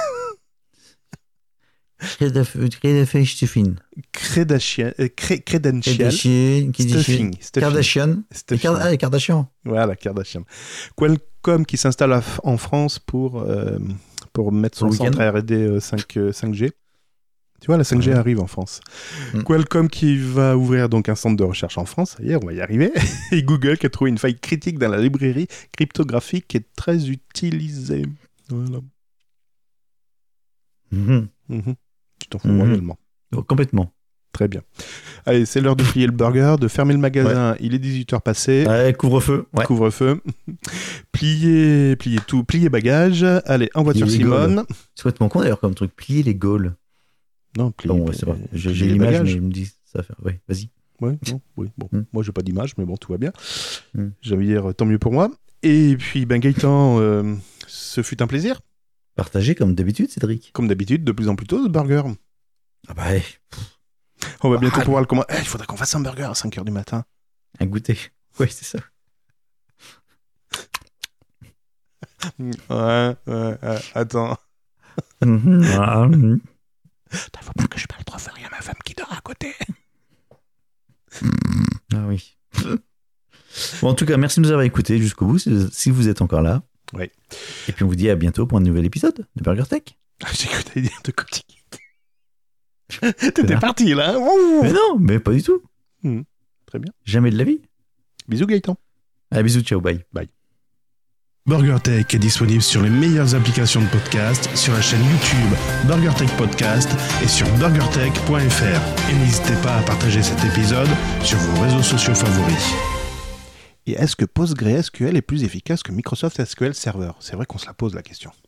Kardashian. Credential, euh, cre- credential Kardashian. stuffing. stuffing. Kardashian. Les Stuffing. Kard- Ah, les Kardashian. Voilà, Kardashian. Qualcomm qui s'installe à- en France pour, euh, pour mettre Pour son le centre week-end. R et D euh, cinq, euh, cinq G. Tu vois, la cinq G Ouais. arrive en France. Mm. Qualcomm qui va ouvrir donc un centre de recherche en France. Ça y est, on va y arriver. Et Google qui a trouvé une faille critique dans la librairie cryptographique qui est très utilisée. Voilà. Mhm. Mhm. Tu t'en fous Mhm. royalement. Oh, complètement. Très bien. Allez, c'est l'heure de plier le burger, de fermer le magasin. Il est dix-huit heures passées. Ouais, couvre-feu. Ouais. Couvre-feu. plier, plier tout, plier bagages. Allez, en voiture Plier les Simone. C'est complètement con d'ailleurs comme truc. Plier les Gaules. Non, plier. Bon, ouais, c'est pas. J'ai plier j'ai les l'image, mais bagages. je me dis, ça va faire. Ouais, vas-y. Ouais, non, oui, bon. Mm. Moi, j'ai pas d'image, mais bon, tout va bien. Mm. J'ai envie de dire, tant mieux pour moi. Et puis, ben, Gaëtan, euh, ce fut un plaisir. Partagé comme d'habitude, Cédric. Comme d'habitude, de plus en plus tôt, ce burger. Ah bah, ouais. On va bientôt Ah, pouvoir le commander. Eh, il faudrait qu'on fasse un burger à cinq heures du matin. Un goûter. Ouais, c'est ça. Ouais, ouais, ouais, attends. Mhm. Ah, mhm. Il faut pas que je parle trop fort, il y a ma femme qui dort à côté. Ah oui. Bon, en tout cas, merci de nous avoir écoutés jusqu'au bout, si, si vous êtes encore là. Oui. Et puis on vous dit à bientôt pour un nouvel épisode de Burger Tech. J'ai cru que t'allais dire de Cotique. T'étais parti là. Hein. Mais non, mais pas du tout. Mmh. Très bien. Jamais de la vie. Bisous Gaëtan. Allez, bisous, ciao, bye. Bye. BurgerTech est disponible sur les meilleures applications de podcast, sur la chaîne YouTube BurgerTech Podcast et sur burgertech point f r. Et n'hésitez pas à partager cet épisode sur vos réseaux sociaux favoris. Et est-ce que PostgreSQL est plus efficace que Microsoft S Q L Server ? C'est vrai qu'on se la pose la question.